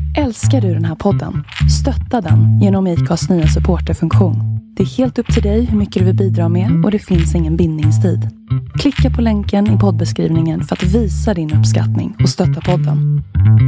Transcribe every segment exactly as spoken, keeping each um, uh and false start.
Älskar du den här podden? Stötta den genom I C A:s nya supporterfunktion. Det är helt upp till dig hur mycket du vill bidra med och det finns ingen bindningstid. Klicka på länken i poddbeskrivningen för att visa din uppskattning och stötta podden.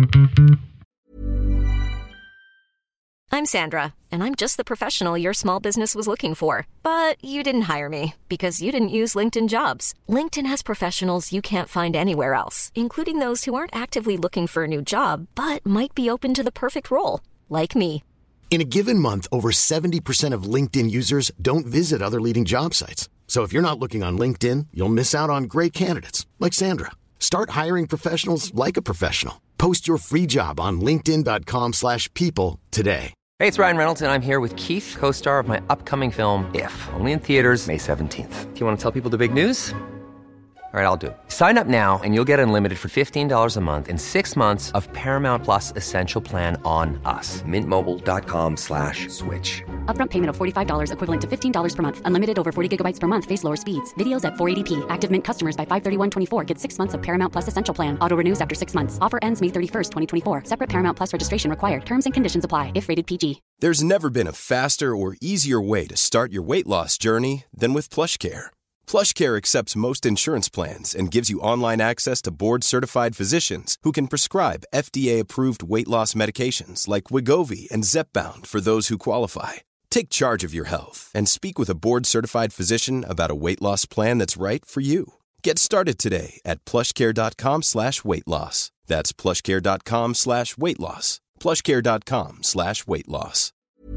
I'm Sandra, and I'm just the professional your small business was looking for. But you didn't hire me because you didn't use LinkedIn Jobs. LinkedIn has professionals you can't find anywhere else, including those who aren't actively looking for a new job, but might be open to the perfect role, like me. In a given month, over seventy percent of LinkedIn users don't visit other leading job sites. So if you're not looking on LinkedIn, you'll miss out on great candidates like Sandra. Start hiring professionals like a professional. Post your free job on linkedin dot com slash people today. Hey, it's Ryan Reynolds, and I'm here with Keith, co-star of my upcoming film, If, only in theaters May seventeenth. Do you want to tell people the big news? All right, I'll do it. Sign up now and you'll get unlimited for fifteen dollars a month and six months of Paramount Plus Essential Plan on us. Mint Mobile dot com slash switch. Upfront payment of forty-five dollars equivalent to fifteen dollars per month. Unlimited over forty gigabytes per month. Face lower speeds. Videos at four eighty p. Active Mint customers by five thirty-one twenty-four get six months of Paramount Plus Essential Plan. Auto renews after six months. Offer ends May thirty-first, twenty twenty-four. Separate Paramount Plus registration required. Terms and conditions apply if rated P G. There's never been a faster or easier way to start your weight loss journey than with PlushCare. PlushCare accepts most insurance plans and gives you online access to board-certified physicians who can prescribe F D A-approved weight loss medications like Wegovy and Zepbound for those who qualify. Take charge of your health and speak with a board-certified physician about a weight loss plan that's right for you. Get started today at plushcare.com slash weight loss. That's plushcare.com slash weight loss. plushcare.com slash weight loss.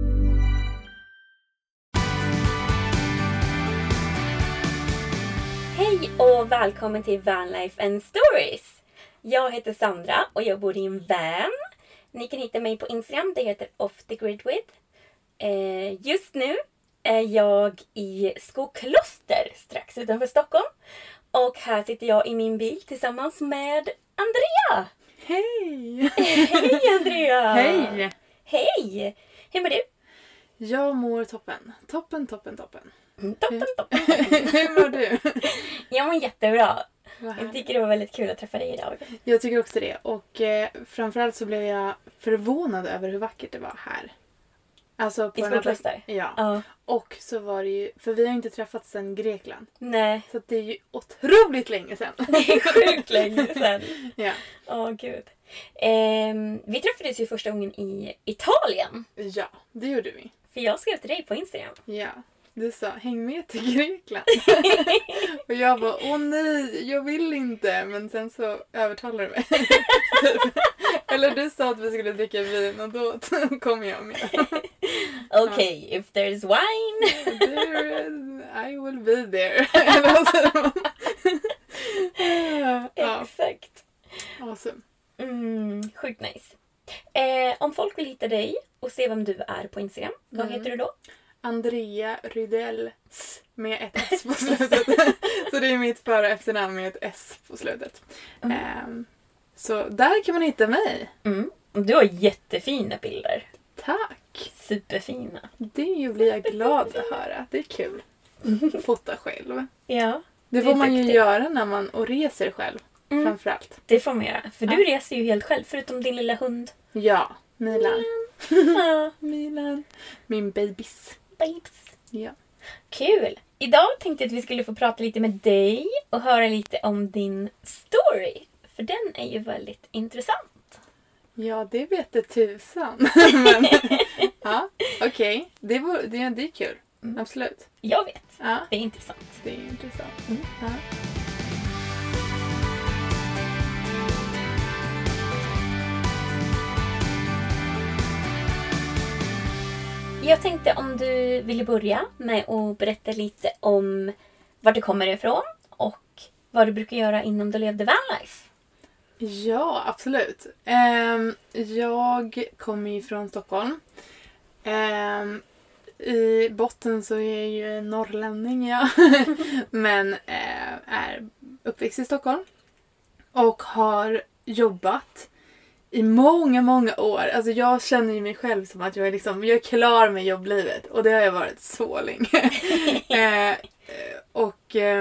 Hej och välkommen till Vanlife and Stories. Jag heter Sandra och jag bor i en van. Ni kan hitta mig på Instagram, det heter Off the Grid With. Eh, just nu är jag i Skokloster strax utanför Stockholm. Och här sitter jag i min bil tillsammans med Andrea. Hej! Hej Andrea! Hej! Hej! Hur mår du? Jag mår toppen. Toppen, toppen, toppen. Mm, toppen, toppen. Hur mår du? Jag mår jättebra. Jag tycker det var väldigt kul att träffa dig idag. Jag tycker också det. Och eh, framförallt så blev jag förvånad över hur vackert det var här. Alltså på I Skokloster? Ja. Uh. Och så var det ju, för vi har inte träffats sedan Grekland. Nej. Så det är ju otroligt länge sedan. Det är sjukt länge sedan. Ja. Åh oh, gud. Eh, vi träffades ju första gången i Italien. Ja, det gjorde vi. För jag skrev till dig på Instagram. Ja. Du sa, häng med till Grekland. Och jag bara, åh nej, jag vill inte. Men sen så övertalade du mig. Eller du sa att vi skulle dricka vin och då kom jag med. Okej, okay, if there's wine. There is, I will be there. Ja. Exakt. Awesome. Mm, sjukt nice. Eh, om folk vill hitta dig och se vem du är på Instagram, vad mm. heter du då? Andrea Rydell med ett S på slutet. Så det är mitt för- och efternamn med ett S på slutet. Mm. Um, så där kan man hitta mig. Mm. Du har jättefina bilder. Tack. Superfina. Det blir jag glad att höra. Det är kul. Fota själv. Ja. Det får man ju göra när man och reser själv. Mm. Framförallt. Det får man göra. För ja. Du reser ju helt själv förutom din lilla hund. Ja, Milan. Ja. Milan. Min babys. Babes. Ja. Kul. Idag tänkte jag att vi skulle få prata lite med dig och höra lite om din story. För den är ju väldigt intressant. Ja, det vet det tusan. Men, ja, okej. Okay. Det, det, det är kul. Mm. Absolut. Jag vet. Ja. Det är intressant. Det är intressant. Mm. Ja. Jag tänkte om du ville börja med att berätta lite om var du kommer ifrån och vad du brukar göra innan du levde vanlife. Ja, absolut. Um, jag kommer ju från Stockholm. Um, I botten så är jag ju en norrlänning, ja. Men uh, är uppväxt i Stockholm. Och har jobbat i många, många år. Alltså jag känner ju mig själv som att jag är liksom, jag är klar med jobblivet. Och det har jag varit så länge. eh, och eh,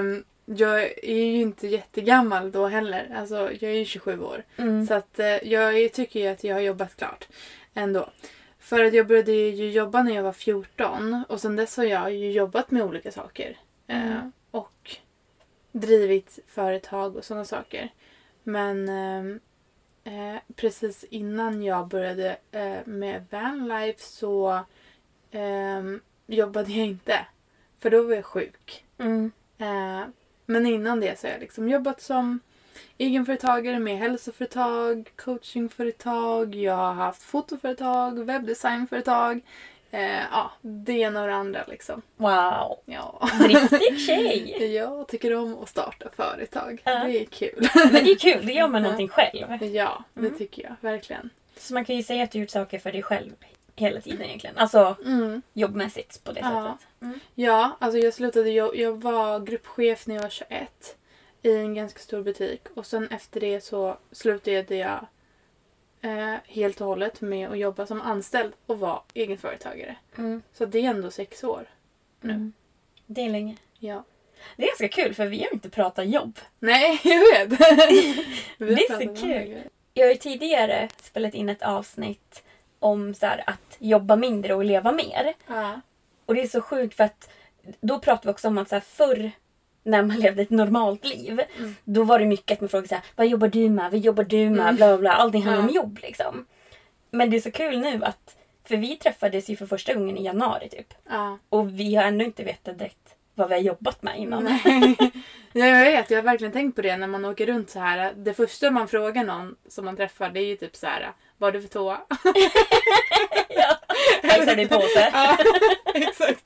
jag är ju inte jättegammal då heller. Alltså jag är ju tjugosju år. Mm. Så att eh, jag tycker ju att jag har jobbat klart ändå. För att jag började ju jobba när jag var fjorton. Och sen dess har jag ju jobbat med olika saker. Mm. Eh, och drivit företag och sådana saker. Men eh, eh, precis innan jag började eh, med Vanlife så eh, jobbade jag inte. För då var jag sjuk. Mm. Eh, men innan det så har jag liksom jobbat som egenföretagare med hälsoföretag, coachingföretag, jag har haft fotoföretag, webbdesignföretag. Eh, ja, det ena och det andra liksom. Wow. Ja. Driftig tjej. Jag tycker om att starta företag. Ja. Det är kul. Men det är kul, det gör man någonting själv. Ja, det Mm. tycker jag. Verkligen. Så man kan ju säga att du gjort saker för dig själv hela tiden egentligen. Alltså Mm. jobbmässigt på det Ja. sättet. Mm. Ja, alltså jag slutade jag, jag var gruppchef när jag var tjugoett i en ganska stor butik. Och sen efter det så slutade jag eh, helt och hållet med att jobba som anställd och vara egenföretagare. Mm. Så det är ändå sex år nu. Mm. Det är länge. Ja. Det är ganska kul för vi har inte pratat jobb. Nej, jag vet. Vi har Det är pratat så om kul. det. Jag har ju tidigare spelat in ett avsnitt om så här, att jobba mindre och leva mer. Ja. Och det är så sjukt för att då pratade vi också om att så här, förr när man levde ett normalt liv. Mm. Då var det mycket att man frågade så här, vad jobbar du med? Vad jobbar du med? Mm. Bla bla bla. Allting handlar Ja. om jobb liksom. Men det är så kul nu att, för vi träffades ju för första gången i januari typ. Ja. Och vi har ännu inte vetat direkt vad vi har jobbat med innan. Nej. Ja, jag vet, jag har verkligen tänkt på det när man åker runt så här. Det första man frågar någon som man träffar, det är ju typ så här: vad har du för toa? Ja. Hälsar du på sig? Ja, exakt.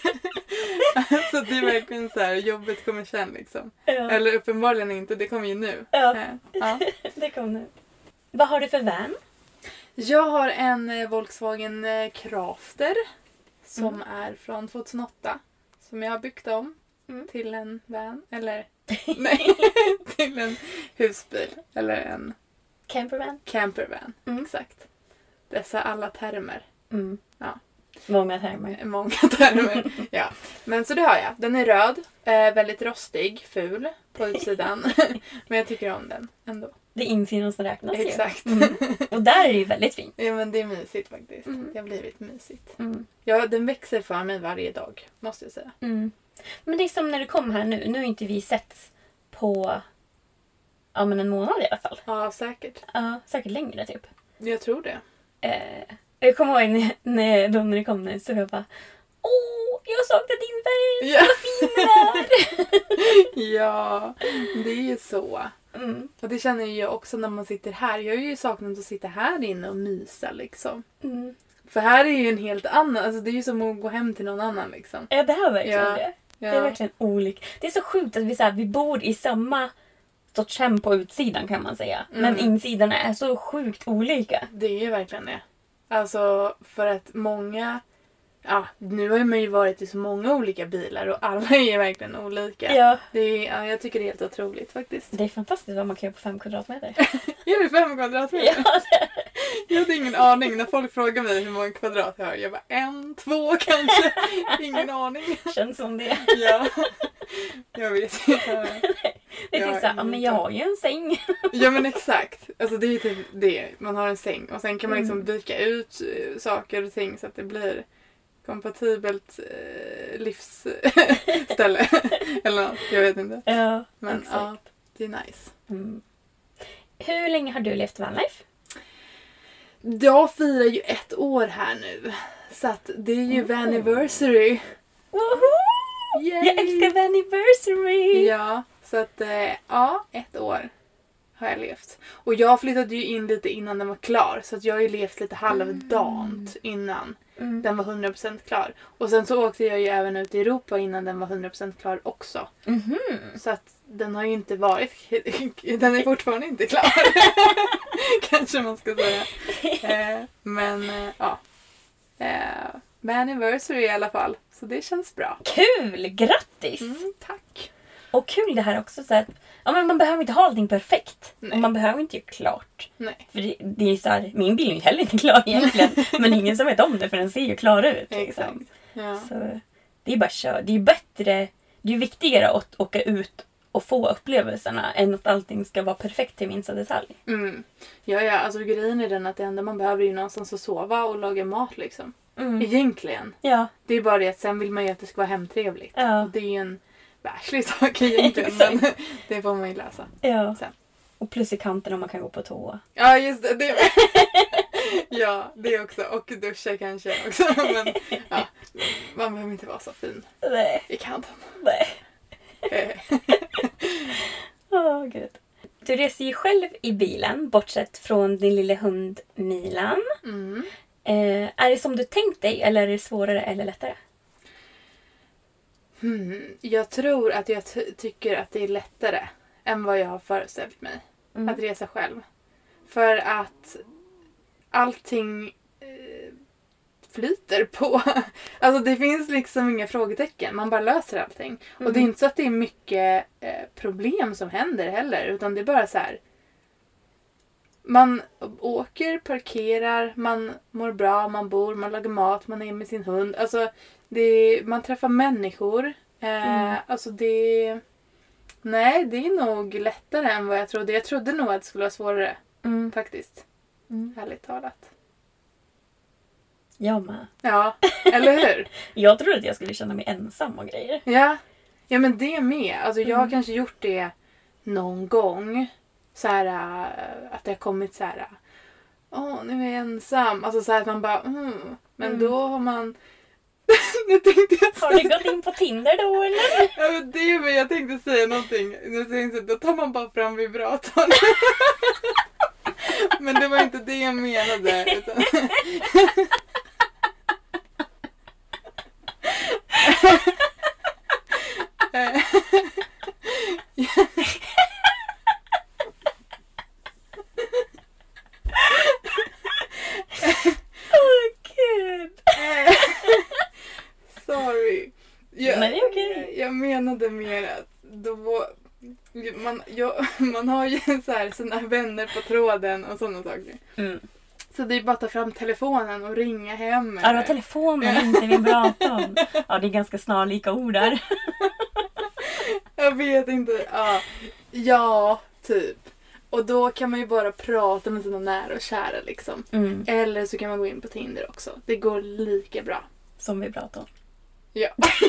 Så det är verkligen så här, jobbet kommer sen liksom. Ja. Eller uppenbarligen inte, det kommer ju nu. Ja. Eh, ja. Det kom nu. Vad har du för van? Jag har en eh, Volkswagen eh, Crafter som är från tjugohundraåtta. Som jag har byggt om Mm. till en van. Eller nej, till en husbil. Eller en Campervan? campervan. Mm. Exakt. Dessa alla termer. Mm. Ja. Många termer. Många termer. Ja. Men så det har jag. Den är röd. Eh, väldigt rostig. Ful på utsidan. Men jag tycker om den ändå. Det är insidan som räknas ju. Exakt. Mm. Och där är det ju väldigt fint. Ja, men det är mysigt faktiskt. Mm. Det har blivit mysigt. Mm. Ja, den växer för mig varje dag. Måste jag säga. Mm. Men det är som när du kom här nu. Nu har inte vi setts på ja, men en månad i alla fall. Ja, säkert. Ja, säkert längre typ. Jag tror det. Eh, jag kommer ihåg när, när, då när det kom nu så jag bara åh, jag saknar din vän. Ja. Vad fin den är. Ja, det är ju så. Mm. Och det känner jag också när man sitter här. Jag har ju saknat att sitta här inne och mysa liksom. Mm. För här är ju en helt annan. Alltså det är ju som att gå hem till någon annan liksom. Ja, det här verkligen Ja. det. Ja. Det är verkligen olikt. Det är så sjukt att vi, så här, vi bor i samma sorts hem på utsidan kan man säga. Men Mm. insidan är så sjukt olika. Det är ju verkligen det. Alltså för att många... Ja, nu har man ju varit i så många olika bilar och alla är verkligen olika. Ja. Det är, ja, jag tycker det är helt otroligt faktiskt. Det är fantastiskt vad man kan göra på fem kvadratmeter. Är det fem kvadratmeter? Ja, det är det. Jag hade ingen aning. När folk frågar mig hur många kvadrat jag har, jag bara en, två kanske. Ingen aning. Känns som det. Ja, jag vet inte. Det är Ja, typ såhär, ja, men jag har ju en säng. Ja men exakt. Alltså det är typ det. Man har en säng och sen kan man liksom Mm. byta ut eh, saker och ting så att det blir kompatibelt eh, livsställe. Eller något, jag vet inte. Ja, Men exakt. ja, det är nice. Mm. Hur länge har du levt vanlife? Jag firar ju ett år här nu. Så att det är ju Mm. anniversary. Woho! Yay! Jag älskar anniversary! Ja, så att eh, ja, ett år har jag levt. Och jag flyttade ju in lite innan den var klar. Så att jag har ju levt lite halvdant innan Mm. den var hundra procent klar. Och sen så åkte jag ju även ut i Europa innan den var hundra procent klar också. Mhm. Så att den har ju inte varit... Den är fortfarande inte klar. Kanske man ska säga. Eh, men eh, ja. Eh, med anniversary i alla fall. Så det känns bra. Kul! Grattis! Mm, tack. Och kul det här också så att ja, men man behöver inte ha allting perfekt. Nej. Och man behöver inte göra klart. Nej. För det, det är så här, min bil är ju heller inte klar egentligen. Men ingen som vet om det för den ser ju klar ut. Liksom. Exakt. Ja. Så det är bara kör. Det är ju bättre. det är viktigare att åka ut och få upplevelserna än att allting ska vara perfekt till minsta detalj. Mm. Ja, ja, alltså grejen är den att det enda man behöver är ju någonstans att sova och laga mat liksom. Mm. Egentligen. Ja. Det är bara det att sen vill man ju att det ska vara hemtrevligt. Ja. Och det är ju en världslig sak egentligen, men det får man ju läsa. Ja. Sen. Och plus i kanten om man kan gå på toa. Ja, just det. det ja, det också. Och duscha kanske också. Men ja, man behöver inte vara så fin. Nej. I kanten. Nej. Åh, oh, gud. Du reser ju själv i bilen, bortsett från din lilla hund Milan. Mm. Eh, är det som du tänkt dig, eller är det svårare eller lättare? Hmm. Jag tror att jag t- tycker att det är lättare än vad jag har föreställt mig. Mm. Att resa själv. För att allting eh, flyter på. Alltså det finns liksom inga frågetecken. Man bara löser allting. Mm. Och det är inte så att det är mycket eh, problem som händer heller. Utan det är bara så här. Man åker, parkerar, man mår bra, man bor, man lagar mat, man är med sin hund. Alltså det, man träffar människor. Eh, mm. Alltså det... Nej, det är nog lättare än vad jag trodde. Jag trodde nog att det skulle vara svårare. Mm. Faktiskt. Mm. Härligt talat. Jag med. Ja, eller hur? Jag trodde att jag skulle känna mig ensam och grejer. Ja, ja men det med. Alltså jag har Mm. kanske gjort det någon gång. Så här att det har kommit så här. Åh, nu är jag ensam. Alltså så här att man bara, mm. Men Mm. då har man... nu tänkte jag Har du gått in på Tinder då eller? Ja men det, men jag tänkte säga någonting. Nu tänkte jag, då tar man bara fram vibratorn. Men det var inte det jag menade. Utan... Åh gud. Sorry. Jag, Men det är okej. jag menade mer att då man, jag, man har ju så här sina vänner på tråden och sådana saker. Mm. Så det är bara att ta fram telefonen och ringa hem. Ja, det var telefonen, inte vibratorn. Ja, det är ganska snarlika ord där. Jag vet inte. Ja, ja, typ. Och då kan man ju bara prata med sina nära och kära liksom. Mm. Eller så kan man gå in på Tinder också. Det går lika bra. Som vibratorn. Ja.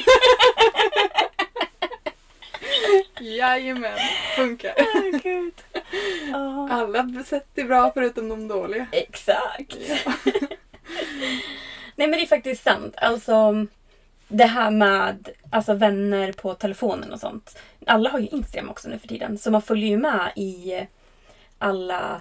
Jajamän, funkar. Åh gud. Oh. Alla sätt är bra förutom de dåliga. Exakt. Ja. Nej men det är faktiskt sant. Alltså det här med alltså, vänner på telefonen och sånt. Alla har ju Instagram också nu för tiden. Så man följer ju med i alla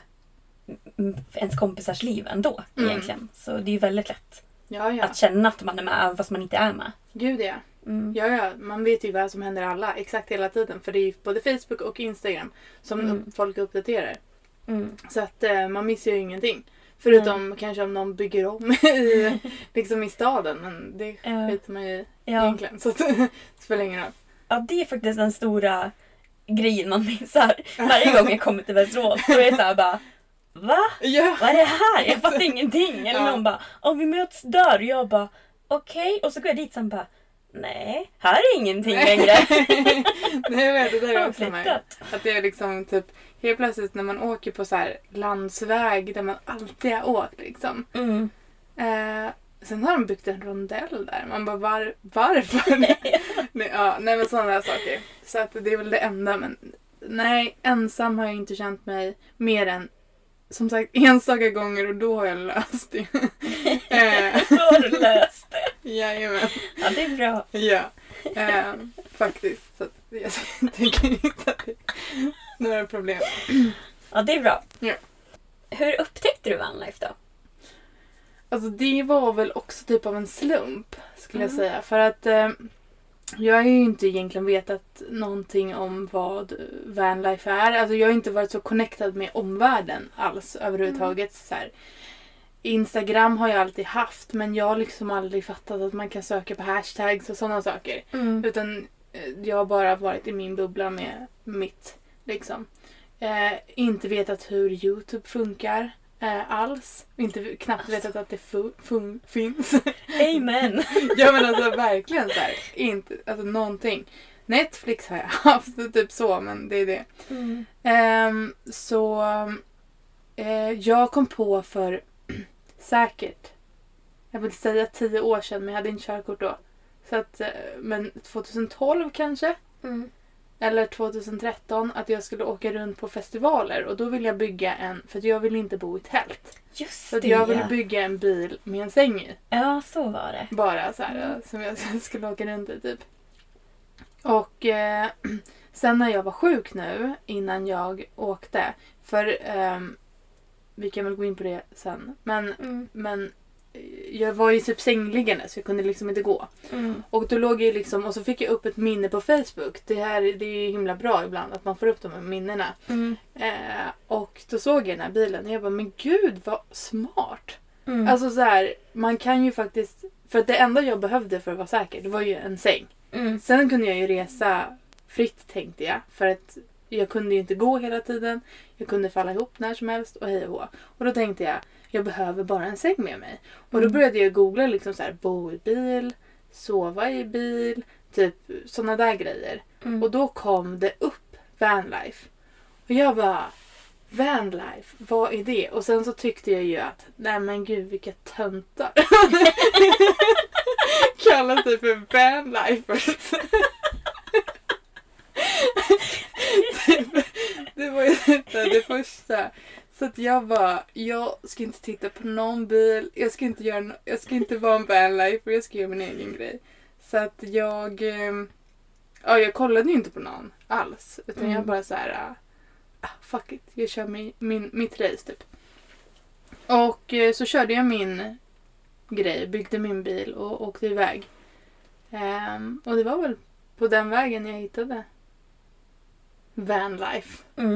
ens kompisars liv ändå mm. egentligen. Så det är ju väldigt lätt ja, ja. att känna att man är med även fast man inte är med. Gud ja. Mm. Ja, ja. Man vet ju vad som händer alla exakt hela tiden. För det är ju både Facebook och Instagram som mm. folk uppdaterar. Mm. Så att eh, man missar ju ingenting. Förutom mm. kanske om någon bygger om i, liksom i staden. Men det ja. vet man ju ja. egentligen. Så att, det spelar ingen roll. Ja, det är faktiskt den stora grejen man missar. Varje gång jag kommer till Västerås då är det såhär bara, va? Ja. Vad är det här? Jag fattar ingenting. Eller ja. någon bara, om vi möts där. Och jag bara, okej. Okay. Och så går jag dit och bara, nej, här är ingenting längre. Nej, jag vet, det där är också mig. Att det är liksom typ, helt plötsligt när man åker på så här landsväg där man alltid har åkt liksom. Mm. Eh, sen har de byggt en rondell där. Man bara, var, varför? nej, ja, nej, men sådana där saker. Så att det är väl det enda, men nej, ensam har jag inte känt mig mer än som sagt enstaka gånger och då har jag löst det. Då har du löst det. Jajamän. Ja, det är bra. Ja, eh, faktiskt. Så att jag tänker inte att det är några problem. Ja, det är bra. Ja. Hur upptäckte du vanlife då? Alltså det var väl också typ av en slump skulle mm. jag säga. För att eh, jag har ju inte egentligen vetat någonting om vad vanlife är. Alltså jag har inte varit så connectad med omvärlden alls överhuvudtaget. Mm. Så här. Instagram har jag alltid haft, men jag har liksom aldrig fattat att man kan söka på hashtags och sådana saker. Mm. Utan jag har bara varit i min bubbla med mitt liksom. Eh, inte vetat hur YouTube funkar. Eh, alls. Inte knappt vetat att det fu- fun- finns. Amen. Ja men alltså verkligen så här. Inte, alltså någonting. Netflix har jag haft, typ så, men det är det. Mm. Um, så uh, jag kom på för säkert, jag vill säga tio år sedan, men jag hade inte körkort då. Så att, uh, men tjugohundratolv kanske? Mm. Eller tjugohundratretton, att jag skulle åka runt på festivaler. Och då ville jag bygga en, för att jag ville inte bo i tält. Just så att det, jag ville ja. bygga en bil med en säng i. Ja, så var det. Bara så här, mm. som jag skulle åka runt i typ. Och eh, sen när jag var sjuk nu, innan jag åkte, för eh, vi kan väl gå in på det sen, men, mm. men jag var ju typ sängliggande så jag kunde liksom inte gå. Mm. Och då låg jag liksom, och så fick jag upp ett minne på Facebook. Det här det är ju himla bra ibland att man får upp de här minnena. Mm. Eh, och då såg jag den här bilen och jag bara, men gud vad smart. Mm. Alltså så här, man kan ju faktiskt, för att det enda jag behövde för att vara säker, det var ju en säng. Mm. Sen kunde jag ju resa fritt, tänkte jag, för att jag kunde ju inte gå hela tiden. Jag kunde falla ihop när som helst och hej och hå. Och då tänkte jag, jag behöver bara en säng med mig. Och då började jag googla liksom så här, bo i bil, sova i bil, typ såna där grejer. Mm. Och då kom det upp vanlife. Och jag bara, vanlife, vad är det? Och sen så tyckte jag ju att, nej men gud vilka töntar. Kallas det för vanlifers. det, det var ju inte det första. Så att jag bara, jag ska inte titta på någon bil. Jag ska inte göra no- jag ska inte vara en vanlifer. Jag ska göra min egen grej. Så att jag eh, ja, jag kollade ju inte på någon alls. Utan mm. jag bara så här, ah, fuck it. Jag kör min, min, mitt race typ. Och eh, så körde jag min grej. Byggde min bil och åkte iväg. Um, och det var väl på den vägen jag hittade vanlife. Mm.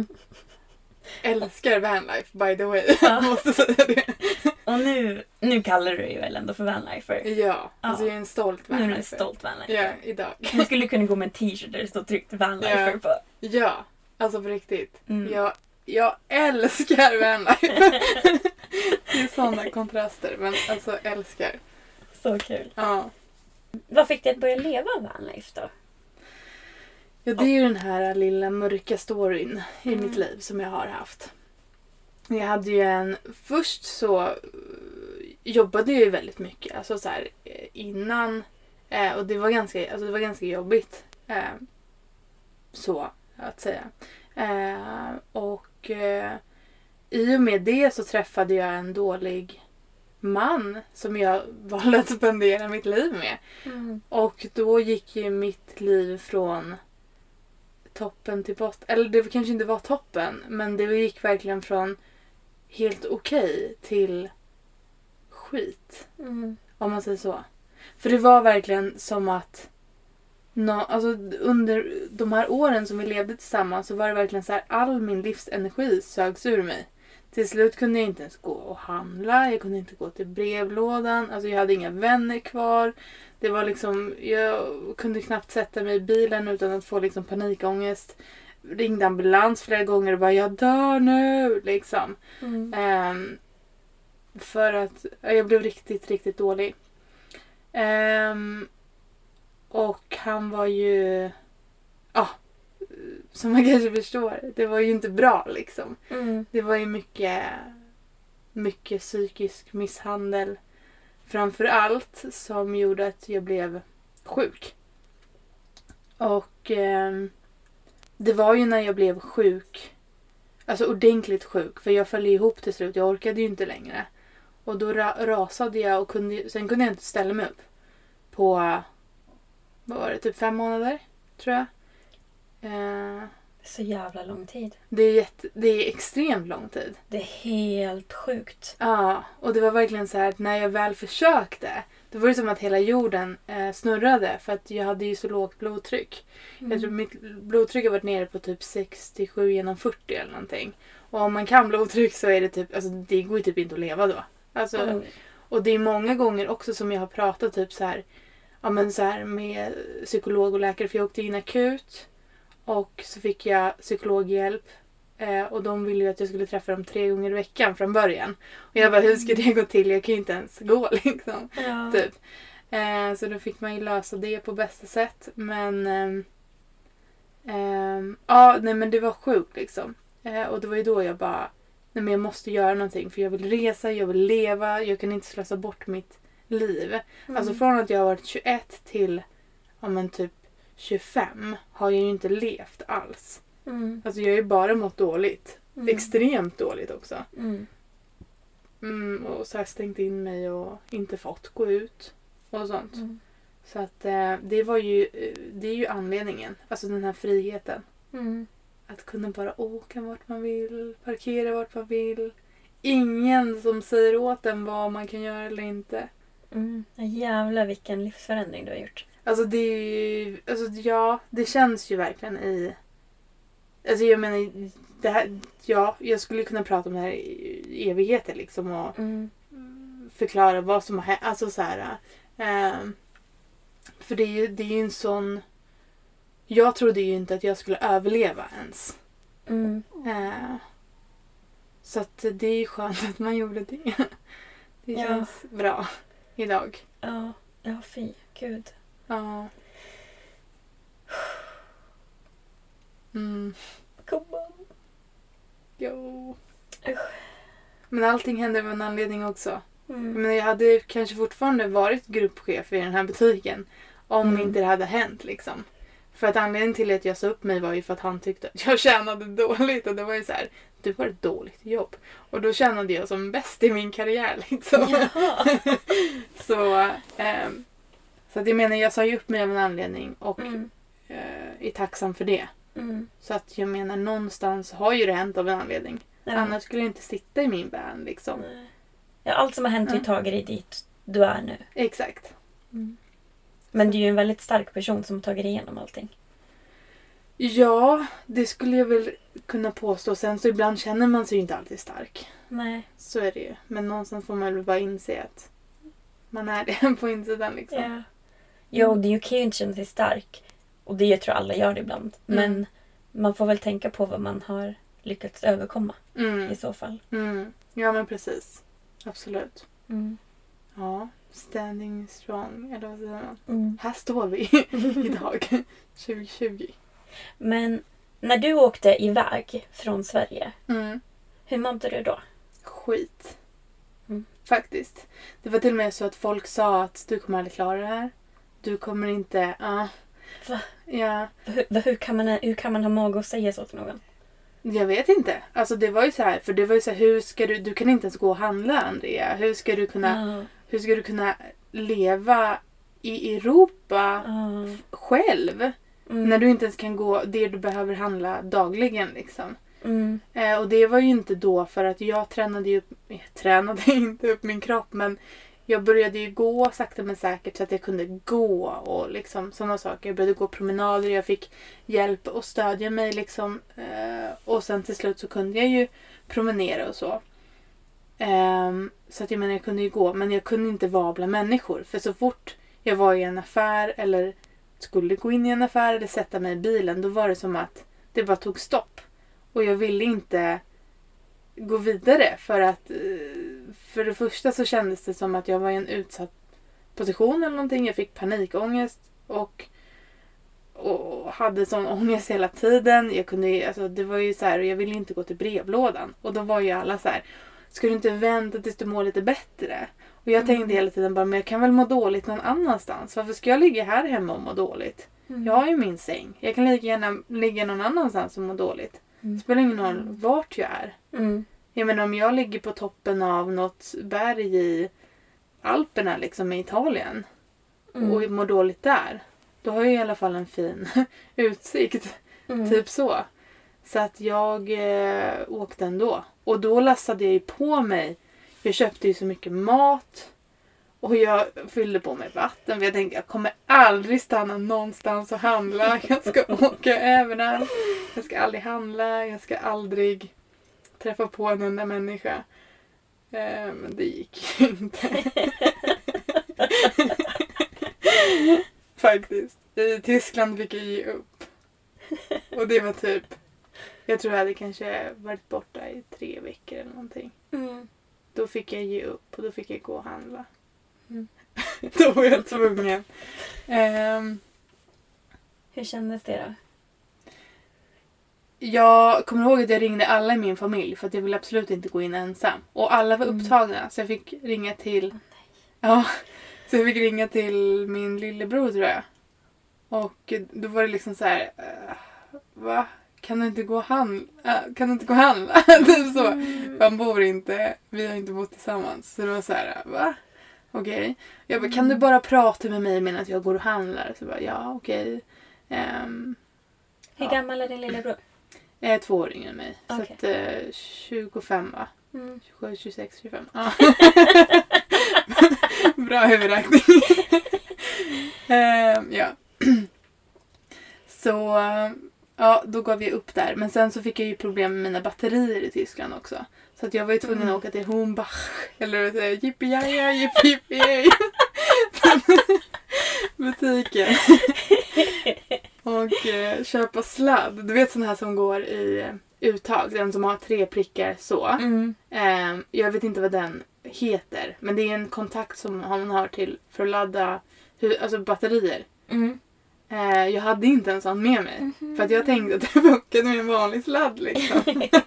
Älskar vanlife, by the way. Ja. Måste säga det. Och nu, nu kallar du dig väl ändå för vanlifer? Ja, ja. Alltså jag är en stolt vanlifer. Nu är du en stolt vanlifer. Ja, idag. Du skulle kunna gå med en t-shirt där det står tryckt vanlifer ja. på. Ja, alltså på riktigt. Mm. Jag, jag älskar vanlife. Det är sådana kontraster, men alltså älskar. Så kul. Ja. Vad fick dig att börja leva vanlife då? Ja, det är ju den här lilla mörka storyn i mm. mitt liv som jag har haft. Jag hade ju en... Först så jobbade jag ju väldigt mycket. Alltså så här innan... Eh, och det var ganska, alltså det var ganska jobbigt. Eh, så att säga. Eh, och eh, i och med det så träffade jag en dålig man som jag valde att spendera mitt liv med. Mm. Och då gick ju mitt liv från... toppen till botten. Eller det kanske inte var toppen. Men det gick verkligen från helt okej till skit. Mm. Om man säger så. För det var verkligen som att no, alltså under de här åren som vi levde tillsammans så var det verkligen så här, all min livsenergi sögs ur mig. Till slut kunde jag inte ens gå och handla. Jag kunde inte gå till brevlådan. Alltså jag hade inga vänner kvar. Det var liksom, jag kunde knappt sätta mig i bilen utan att få liksom panikångest. Ringde ambulans flera gånger och bara, jag dör nu, liksom. Mm. Um, för att jag blev riktigt, riktigt dålig. Um, och han var ju, ja, ah, som man kanske förstår, det var ju inte bra liksom. Mm. Det var ju mycket, mycket psykisk misshandel. Framför allt som gjorde att jag blev sjuk. Och eh, det var ju när jag blev sjuk, alltså ordentligt sjuk, för jag föll ihop till slut, jag orkade ju inte längre. Och då ra- rasade jag och kunde, sen kunde jag inte ställa mig upp på, vad var det, typ fem månader, tror jag. Eh, Så jävla lång tid. Det är, jätte, det är extremt lång tid. Det är helt sjukt. Ja, och det var verkligen så här att när jag väl försökte, då var det som att hela jorden eh, snurrade för att jag hade ju så lågt blodtryck. Mm. Jag tror mitt blodtryck har varit nere på typ sextiosju genom fyrtio eller någonting. Och om man kan blodtryck så är det typ, alltså det går ju typ inte att leva då. Alltså, mm. Och det är många gånger också som jag har pratat typ så här, ja men så här med psykolog och läkare, för jag åkte in akut. Och så fick jag psykologhjälp. Eh, och de ville ju att jag skulle träffa dem tre gånger i veckan från början. Och jag bara, hur ska det gå till? Jag kan ju inte ens gå liksom. Ja. Typ. Eh, så då fick man ju lösa det på bästa sätt. Men eh, Um, ja, nej men det var sjukt liksom. Uh, och det var ju då jag bara, nej men jag måste göra någonting. För jag vill resa, jag vill leva, jag kan inte slösa bort mitt liv. Mm. Alltså från att jag har varit tjugoett till, ja men typ tjugofem har jag ju inte levt alls. Mm. Alltså jag har ju bara mått dåligt. Mm. Extremt dåligt också. Mm. Mm, och så har jag stängt in mig och inte fått gå ut och sånt. Mm. Så att eh, det var ju, det är ju anledningen. Alltså den här friheten. Mm. Att kunna bara åka vart man vill, parkera vart man vill. Ingen som säger åt en vad man kan göra eller inte. Mm. Jävlar vilken livsförändring du har gjort. Alltså det är ju, alltså ja, det känns ju verkligen i, alltså jag menar, det här, ja, jag skulle kunna prata om det här i evigheter liksom och mm. förklara vad som har hänt, alltså så här, eh, för det är ju, det är ju en sån, jag trodde ju inte att jag skulle överleva ens. Mm. Eh, så att det är ju skönt att man gjorde det. Det ja. känns bra idag. Ja, ja fy, gud. Ja. Mm. Kom on. Jo. Usch. Men allting hände med en anledning också. Mm. Men jag hade kanske fortfarande varit gruppchef i den här butiken om mm. inte det hade hänt liksom. För att anledningen till att jag sa upp mig var ju för att han tyckte att jag tjänade dåligt. Och det var ju så här, du har ett dåligt jobb. Och då tjänade jag som bäst i min karriär liksom. så, eh, så att jag menar, jag sa ju upp mig av en anledning och mm. eh, är tacksam för det. Mm. Så att jag menar, någonstans har ju det hänt av en anledning. Ja. Annars skulle jag inte sitta i min band liksom. Ja, allt som har hänt har ju tagit dig dit du är nu. Exakt. Mm. Men du är ju en väldigt stark person som har tagit dig igenom allting. Ja, det skulle jag väl kunna påstå. Sen så ibland känner man sig ju inte alltid stark. Nej. Så är det ju. Men någonstans får man väl bara inse att man är det på insidan liksom. Ja. Jo, det är ju okej att inte känna sig stark. Och det tror jag alla gör det ibland. Mm. Men man får väl tänka på vad man har lyckats överkomma mm. i så fall. Mm. Ja, men precis. Absolut. Mm. Ja, standing strong. Eller vad säger man? Mm. Här står vi idag. tjugo tjugo. Men när du åkte iväg från Sverige, mm. hur mådde du då? Skit. Mm. Faktiskt. Det var till och med så att folk sa att du kommer aldrig klara det här. Du kommer inte... Uh. Va? Ja. Hur, hur, kan man, hur kan man ha mag att säga så till någon? Jag vet inte. Alltså det var ju så här, för det var ju så här, hur ska du, du kan inte ens gå och handla, Andrea. Hur ska du kunna, oh. hur ska du kunna leva i Europa oh. själv? Mm. När du inte ens kan gå det du behöver handla dagligen liksom. Mm. Eh, och det var ju inte då för att jag tränade ju upp, jag tränade inte upp min kropp, men jag började ju gå sakta men säkert så att jag kunde gå och liksom sådana saker. Jag började gå promenader, jag fick hjälp och stödja mig liksom. Eh, och sen till slut så kunde jag ju promenera och så. Eh, så att jag menar, jag kunde ju gå, men jag kunde inte vara bland människor. För så fort jag var i en affär eller skulle gå in i en affär eller sätta mig i bilen, då var det som att det bara tog stopp. Och jag ville inte gå vidare för att för det första så kändes det som att jag var i en utsatt position eller någonting. Jag fick panikångest och, och hade sån ångest hela tiden. Jag kunde, alltså det var ju så här, och jag ville inte gå till brevlådan. Och då var ju alla så här, ska du inte vänta tills du mår lite bättre? Och jag tänkte hela tiden bara, men jag kan väl må dåligt någon annanstans. Varför ska jag ligga här hemma och må dåligt? Mm. Jag har ju min säng. Jag kan lika gärna ligga någon annanstans och må dåligt. Mm. Det spelar ingen roll vart jag är. Mm. Jag menar, om jag ligger på toppen av något berg i Alperna liksom i Italien mm. och mår dåligt där, då har jag i alla fall en fin utsikt. Mm. Typ så. Så att jag eh, åkte ändå. Och då lastade jag ju på mig. Jag köpte ju så mycket mat. Och jag fyllde på mig vatten. För jag tänkte, jag kommer aldrig stanna någonstans och handla. Jag ska åka över där. Jag ska aldrig handla. Jag ska aldrig träffa på en enda människa. Eh, men det gick ju inte. Faktiskt. I Tyskland fick jag ge upp. Och det var typ, jag tror jag hade kanske varit borta i tre veckor eller någonting. Mm. Då fick jag ge upp och då fick jag gå och handla. Mm. Då var jag tvungen. Um, Hur kändes det då? jag kommer ihåg att jag ringde alla i min familj för att jag ville absolut inte gå in ensam. Och alla var upptagna mm. så jag fick ringa till... Oh, ja, så jag fick ringa till min lillebror tror jag. Och då var det liksom så här... Uh, va? Kan du inte gå och handla? Uh, kan du inte gå och handla? så. Mm. Han bor inte... Vi har inte bott tillsammans. Så det var så här... Uh, va? Okej. Okay. Jag bara, kan du bara prata med mig medan jag går och handlar? Så bara, ja okej. Okay. Um, Hur ja. gammal är din lillebror? Jag är två år yngre än mig. Okay. Så att uh, tjugofem va? Mm. tjugosju, tjugosex, tjugofem. Ah. Bra huvudräkning. um, ja. Så uh, ja, då gav jag upp där. Men sen så fick jag ju problem med mina batterier i Tyskland också. Så att jag var ju tvungen mm. att åka till Hornbach. Eller säga jippi-jaja, jippi-jippi. Butiken. Och eh, köpa sladd. Du vet sån här som går i eh, uttag. Den som har tre prickar så. Mm. Eh, jag vet inte vad den heter. Men det är en kontakt som man har till för att ladda hu- alltså batterier. Mm. Eh, jag hade inte en sån med mig. Mm-hmm. För att jag tänkte att det funkade med en vanlig sladd liksom.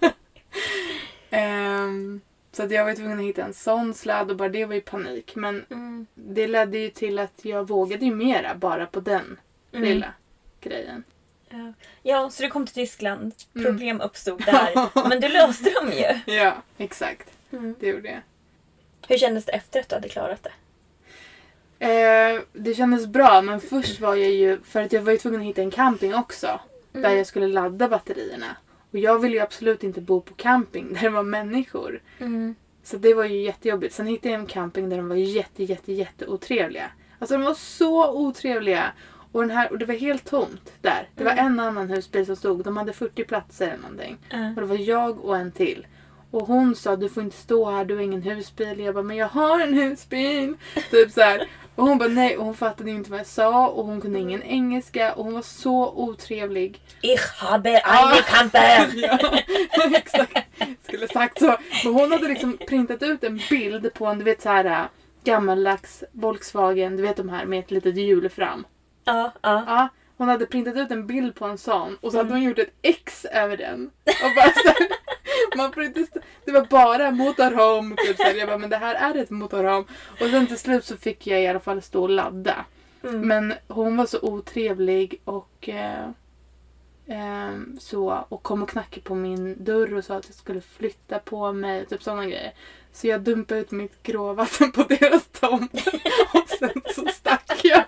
Um, så att jag var tvungen att hitta en sån sladd och bara det var ju panik. Men mm. det ledde ju till att jag vågade ju mera bara på den mm. lilla grejen. Ja. ja, så du kom till Tyskland. Problem mm. uppstod där. Men du löste dem ju. Ja, exakt. Mm. Det gjorde jag. Hur kändes det efter att du hade klarat det? Eh, det kändes bra, men först var jag ju... För att jag var ju tvungen att hitta en camping också. Mm. Där jag skulle ladda batterierna. Och jag ville ju absolut inte bo på camping där det var människor. Mm. Så det var ju jättejobbigt. Sen hittade jag en camping där de var jätte, jätte, jätte otrevliga. Alltså de var så otrevliga. Och, den här, och det var helt tomt där. Det var mm. en annan husbil som stod. De hade fyrtio platser eller någonting. Mm. Och det var jag och en till. Och hon sa, du får inte stå här, du har ingen husbil. Jag bara, men jag har en husbil. Typ så här. Och hon bara nej, och hon fattade inte vad jag sa. Och hon kunde ingen engelska. Och hon var så otrevlig. Ich habe eine Camper. Ja, exakt. Skulle sagt så. Men hon hade liksom printat ut en bild på en, du vet så här gammaldags Volkswagen. Du vet de här med ett litet hjul fram. Ja, ja. Ja. Hon hade printat ut en bild på en sån. Och så hade hon gjort ett X över den. Och bara så här, man får inte st- det var bara motorhome. Typ så här. Jag bara, men det här är ett motorhome. Och sen till slut så fick jag i alla fall stå och ladda. Mm. Men hon var så otrevlig. Och eh, eh, så. Och kom och knackade på min dörr. Och sa att jag skulle flytta på mig. Typ sådana grejer. Så jag dumpade ut mitt gråvatten på deras tomt. Och sen så stack jag.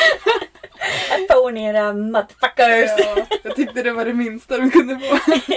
Få ner era motherfuckers. Ja, jag tyckte det var det minsta de kunde få.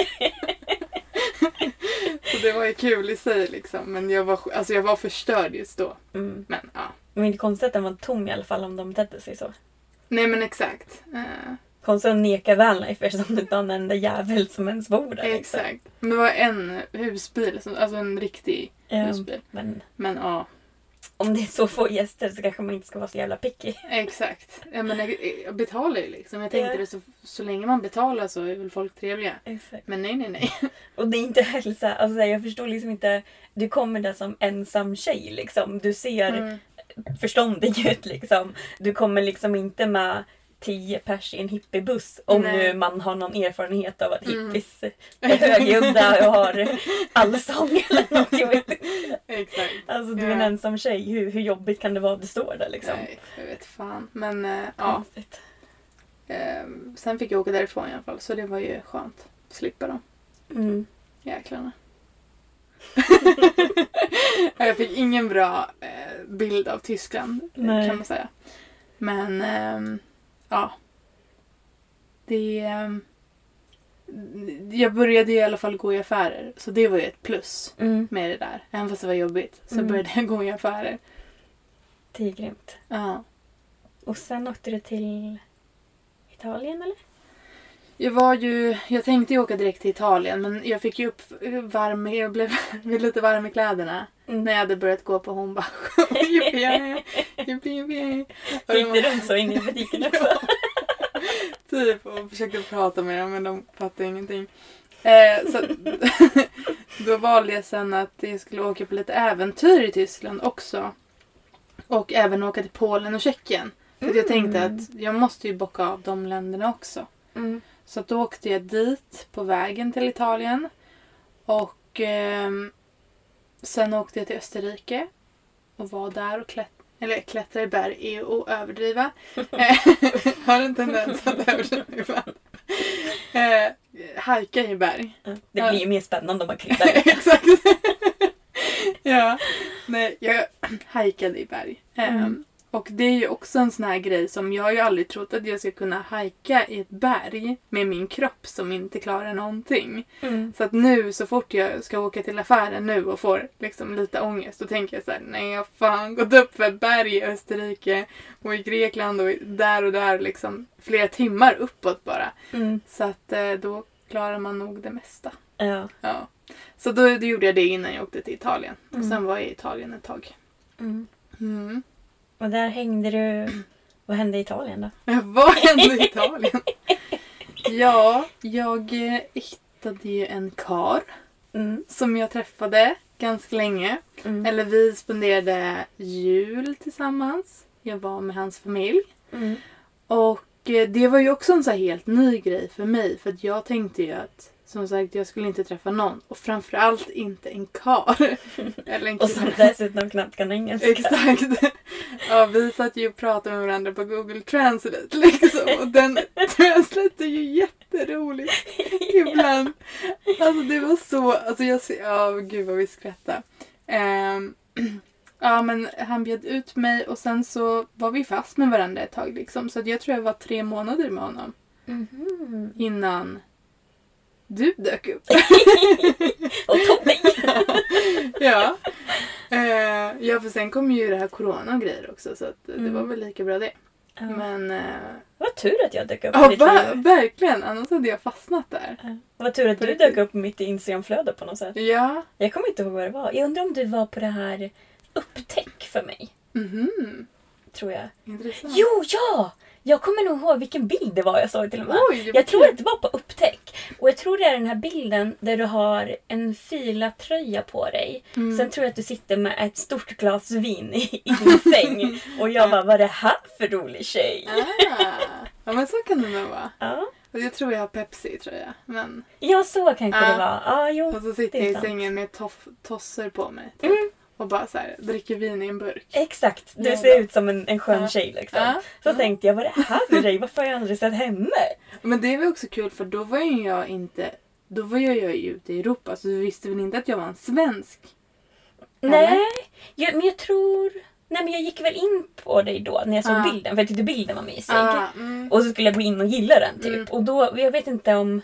Så det var ju kul i sig liksom. Men jag var, alltså jag var förstörd just då. Mm. Men ja. Men det är konstigt att den var tom i alla fall om de betedde sig så. Nej men exakt. Uh. Konstigt att neka vanlife eftersom det inte var en enda jävel som ens bor där. Liksom. Exakt. Men det var en husbil. Alltså en riktig ja, husbil. Men, men ja. Om det är så få gäster så kanske man inte ska vara så jävla picky. Exakt. Ja, men jag, jag betalar ju liksom. Jag tänkte yeah. det så, så länge man betalar så är väl folk trevliga. Exakt. Men nej, nej, nej. Och det är inte hälsa. Alltså, jag förstår liksom inte. Du kommer där som ensam tjej liksom. Du ser mm. förståndig ut liksom. Du kommer liksom inte med tio pers i en hippiebuss. Om nej. Nu man har någon erfarenhet av att mm. hippies är högljudda och har allsång eller något. Jag vet inte. Exakt. Alltså du är en ja. ensam tjej. Hur, hur jobbigt kan det vara att du står där liksom? Nej, jag vet fan. Men äh, ja. Äh, sen fick jag åka därifrån i alla fall. Så det var ju skönt. Slippa dem. Mm. Jäklarna. Jag fick ingen bra äh, bild av Tyskland. Nej. Kan man säga. Men äh, ja. Det... Jag började i alla fall gå i affärer. Så det var ju ett plus mm. med det där. Även fast det var jobbigt. Så mm. började jag gå i affärer. Det är grymt. Ja. Och sen åkte du till Italien eller? Jag var ju... Jag tänkte ju åka direkt till Italien. Men jag fick ju upp varm... Jag blev lite varm i kläderna. Mm. När jag hade börjat gå på Hornbach. Gick du runt så in i butiken också? Typ, och försökte prata med dem, men de fattade ingenting. Eh, så då valde jag sen att jag skulle åka på lite äventyr i Tyskland också. Och även åka till Polen och Tjeckien. För mm. jag tänkte att jag måste ju bocka av de länderna också. Mm. Så att då åkte jag dit på vägen till Italien. Och eh, sen åkte jag till Österrike. Och var där och klätt, eller klättra i berg är att överdriva. Har en tendens att överdriva ibland. Eh, hajka i berg. Det blir ju mer spännande om man kryddar. Exakt. Ja, nej, jag hajkade i berg. Mm. Um, och det är ju också en sån här grej som jag har ju aldrig trott att jag ska kunna hajka i ett berg med min kropp som inte klarar någonting. Mm. Så att nu så fort jag ska åka till affären nu och får liksom lite ångest, då tänker jag så här: nej, jag har fan gått upp för ett berg i Österrike och i Grekland och där och där liksom flera timmar uppåt bara. Mm. Så att då klarar man nog det mesta. Ja. Ja. Så då, då gjorde jag det innan jag åkte till Italien. Och mm. sen var jag i Italien ett tag. Mm. Mm. Och där hängde du... Vad hände i Italien då? Ja, vad hände i Italien? Ja, jag hittade ju en kar mm. som jag träffade ganska länge. Mm. Eller vi spenderade jul tillsammans. Jag var med hans familj. Mm. Och det var ju också en så här helt ny grej för mig. För att jag tänkte ju att, som sagt, jag skulle inte träffa någon. Och framförallt inte en kar. Eller en och som dessutom knappt kan engelska. Exakt. Ja, vi satt ju och pratade med varandra på Google Translate. Liksom. Och den Translate är ju jätterolig. Ibland. Alltså det var så... Alltså jag ser... Ja, oh, gud vad vi skrattade. Um, ja, men han bjöd ut mig. Och sen så var vi fast med varandra ett tag. Liksom. Så jag tror jag var tre månader med honom. Mm-hmm. Innan... Du dök upp. Och tog mig. Ja. Uh, ja, för sen kom ju det här corona och grejer också. Så att mm. det var väl lika bra det. Uh. Men... Uh, vad tur att jag dök upp. Ja, va- verkligen. Annars hade jag fastnat där. Uh. Vad tur att du dök upp mitt i Instagram-flöde på något sätt. Ja. Jag kommer inte ihåg vad det var. Jag undrar om du var på det här upptäck för mig. Mhm. Tror jag. Intressant. Jo, ja! Jag kommer nog ihåg vilken bild det var jag såg till och med. Oj, jag tror att det var på upptäck. Och jag tror det är den här bilden där du har en filatröja på dig. Mm. Sen tror jag att du sitter med ett stort glas vin i, i din säng. Och jag bara, vad är det här för rolig tjej? Ah. Ja, men så kan det nog vara. Ja. Och jag tror jag har Pepsi, tror jag. Men... Ja, så kanske ah. det var. Ah, jo, och så sitter jag i sängen med toff- tosser på mig. Typ. Mm. Och bara så här, dricker vin i en burk. Exakt, du ja, ser ut som en, en skön ja. tjej liksom. Ja. Så ja. tänkte jag, vad är det här för dig? Varför har jag aldrig sett henne? Men det var också kul, för då var ju jag inte... Då var jag ju ute i Europa, så du visste väl inte att jag var en svensk? Nej, jag, men jag tror... Nej, men jag gick väl in på dig då när jag såg ah. bilden. För jag tyckte bilden var mysig. Ah, mm. Och så skulle jag gå in och gilla den typ. Mm. Och då, jag vet inte om...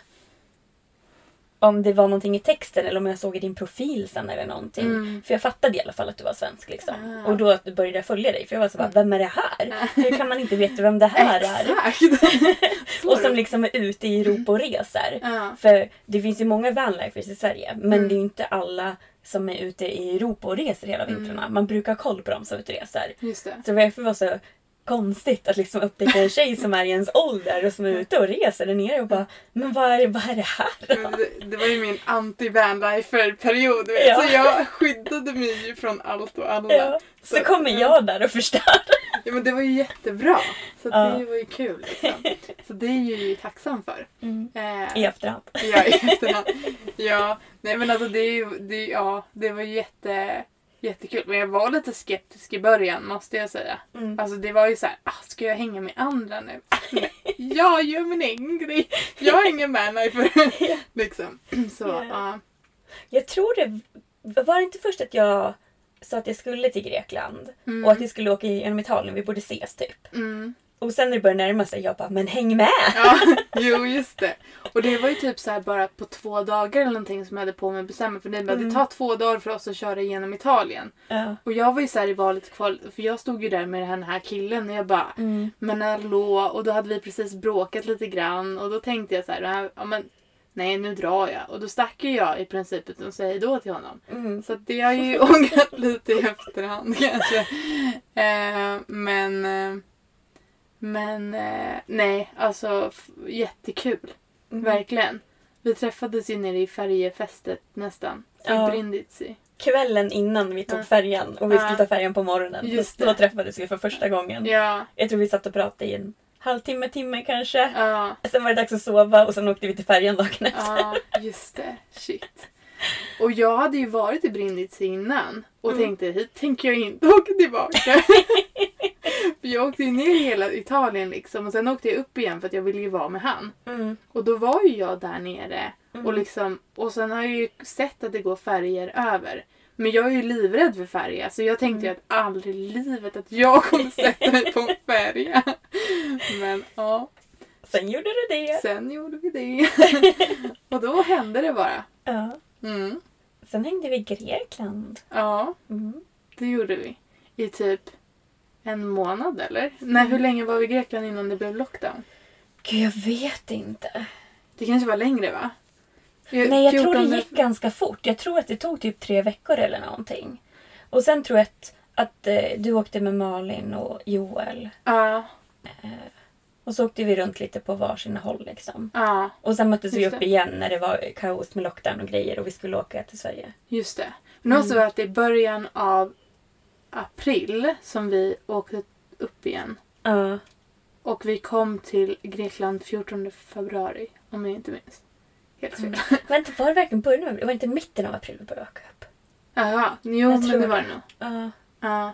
Om det var någonting i texten eller om jag såg i din profil sen eller någonting. Mm. För jag fattade i alla fall att du var svensk liksom. Ah. Och då började jag följa dig. För jag var så bara, vem är det här? Hur kan man inte veta vem det här är? Och som liksom är ute i Europa och reser. Ah. För det finns ju många vanlifers i Sverige. Men mm. det är ju inte alla som är ute i Europa och reser hela vintrarna. Mm. Man brukar ha koll på dem som utreser. Just det. Så varför var så... konstigt att liksom upptäcka en tjej som är i ens ålder och som är ute och reser där nere och bara, men vad är, vad är det här då? Det, det var ju min anti-vanlifer-period. Ja. Så jag skyddade mig ju från allt och alla. Ja. Så, så kommer jag där och förstör. Ja, men det var ju jättebra. Så ja. det var ju kul liksom. Så det är ju ju tacksam för. Mm. Eh, I efterhand. Ja, i efterhand. Ja, nej men alltså det är ju, det, ja, det var ju jätte... Jättekul, men jag var lite skeptisk i början, måste jag säga. Mm. Alltså det var ju så här, ah, ska jag hänga med andra nu? Jag gör min egen grej. Jag har ingen manlifer. liksom. Så, ja. Yeah. Uh. Jag tror det var det inte först att jag sa att jag skulle till Grekland. Mm. Och att jag skulle åka genom Italien, vi borde ses typ. Mm. Och sen när det började närma sig, jag bara, men häng med! Ja, jo just det. Och det var ju typ så här bara på två dagar eller någonting som jag hade på mig att bestämma. För det, bara, mm. det tar två dagar för oss att köra igenom Italien. Ja. Och jag var ju så här i valet kvar, för jag stod ju där med den här killen och jag bara, mm. men hallå, och då hade vi precis bråkat lite grann. Och då tänkte jag så här, ja men nej nu drar jag. Och då stack ju jag i princip och säger då till honom. Mm. Så det har ju ångrat lite i efterhand kanske. Eh, men... Eh, Men eh, nej, alltså f- jättekul. Mm. Verkligen. Vi träffades ju nere i färjefästet nästan. Ja. I Brindisi. Kvällen innan vi tog ja. färjan och vi skulle ta färjan på morgonen. Just då, då träffades vi för första gången. Ja. Jag tror vi satt och pratade i en halvtimme, timme kanske. Ja. Sen var det dags att sova och sen åkte vi till färjan dagen efter. Ja, just det. Shit. Och jag hade ju varit i Brindisi innan och Mm. tänkte, hit tänker jag inte åka tillbaka. För jag åkte ju ner i hela Italien liksom och sen åkte jag upp igen för att jag ville ju vara med han. Mm. Och då var ju jag där nere Mm. och liksom, och sen har jag ju sett att det går färger över. Men jag är ju livrädd för färja så jag tänkte ju att aldrig i livet att jag kommer sätta mig på en färja. Men ja, Sen gjorde du det. sen gjorde vi det. Och då hände det bara. Ja. Mm. Sen hängde vi i Grekland. Ja, Mm. det gjorde vi. I typ en månad eller? Nej, hur länge var vi i Grekland innan det blev lockdown? Gud, jag vet inte. Det kanske var längre va? Nej, jag tror det fjortonde gick ganska fort. Jag tror att det tog typ tre veckor eller någonting. Och sen tror jag att, att eh, du åkte med Malin och Joel. Ja, Och så åkte vi runt lite på varsina håll liksom. ja, Och sen möttes vi Just upp det. igen när det var kaos med lockdown och grejer. Och vi skulle åka till Sverige. just det. Men det måste vara att det är början av april som vi åkte upp igen. Ja. Och vi kom till Grekland fjortonde februari, om jag inte minns. Helt fel. Mm. Vänta, var det verkligen början av? Det var inte mitten av april vi började åka upp? Jaha, jo Jag men tror det var det. det nog. Ja. Ja.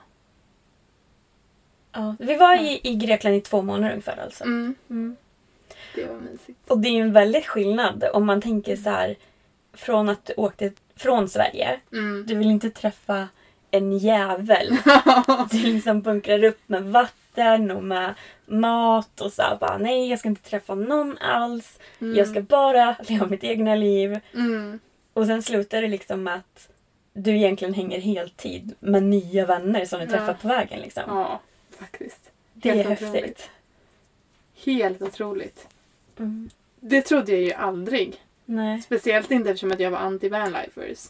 Ja. Vi var i, i Grekland i två månader ungefär alltså. Mm, Mm. det var mysigt. Och det är ju en väldigt skillnad om man tänker så här från att du åkte från Sverige. Mm. Du vill inte träffa en jävel. Du liksom bunkrar upp med vatten och med mat och så här bara nej, jag ska inte träffa någon alls. Mm. Jag ska bara leva mitt egna liv. Mm. Och sen slutar det liksom med att du egentligen hänger heltid med nya vänner som du Ja. träffar på vägen liksom. Ja, faktiskt. Det är Helt häftigt. otroligt. Helt otroligt. Mm. Det trodde jag ju aldrig. Nej. Speciellt inte eftersom att jag var anti-vanlifers.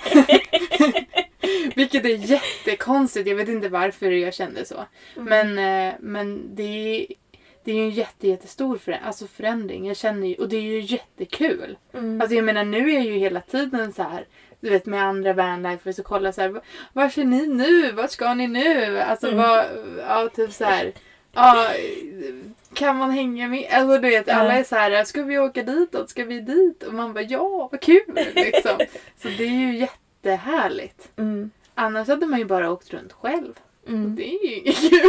Vilket är jättekonstigt. Jag vet inte varför jag kände så. Mm. Men, eh, men det, är, det är ju en jätte, jättestor för, alltså förändring. Jag känner ju, och det är ju jättekul. Mm. Alltså jag menar nu är jag ju hela tiden så här. Du vet med andra vanlifers och kolla så här. Var ska ni nu? Vart ska ni nu? Alltså Mm. vad, ja typ så här. Ja, kan man hänga med? Alltså du vet, Ja. alla är så här, ska vi åka ditåt? Ska vi dit? Och man bara, ja, vad kul liksom. Så det är ju jättehärligt. Mm. Annars hade man ju bara åkt runt själv. Och Mm. det är ju inget kul.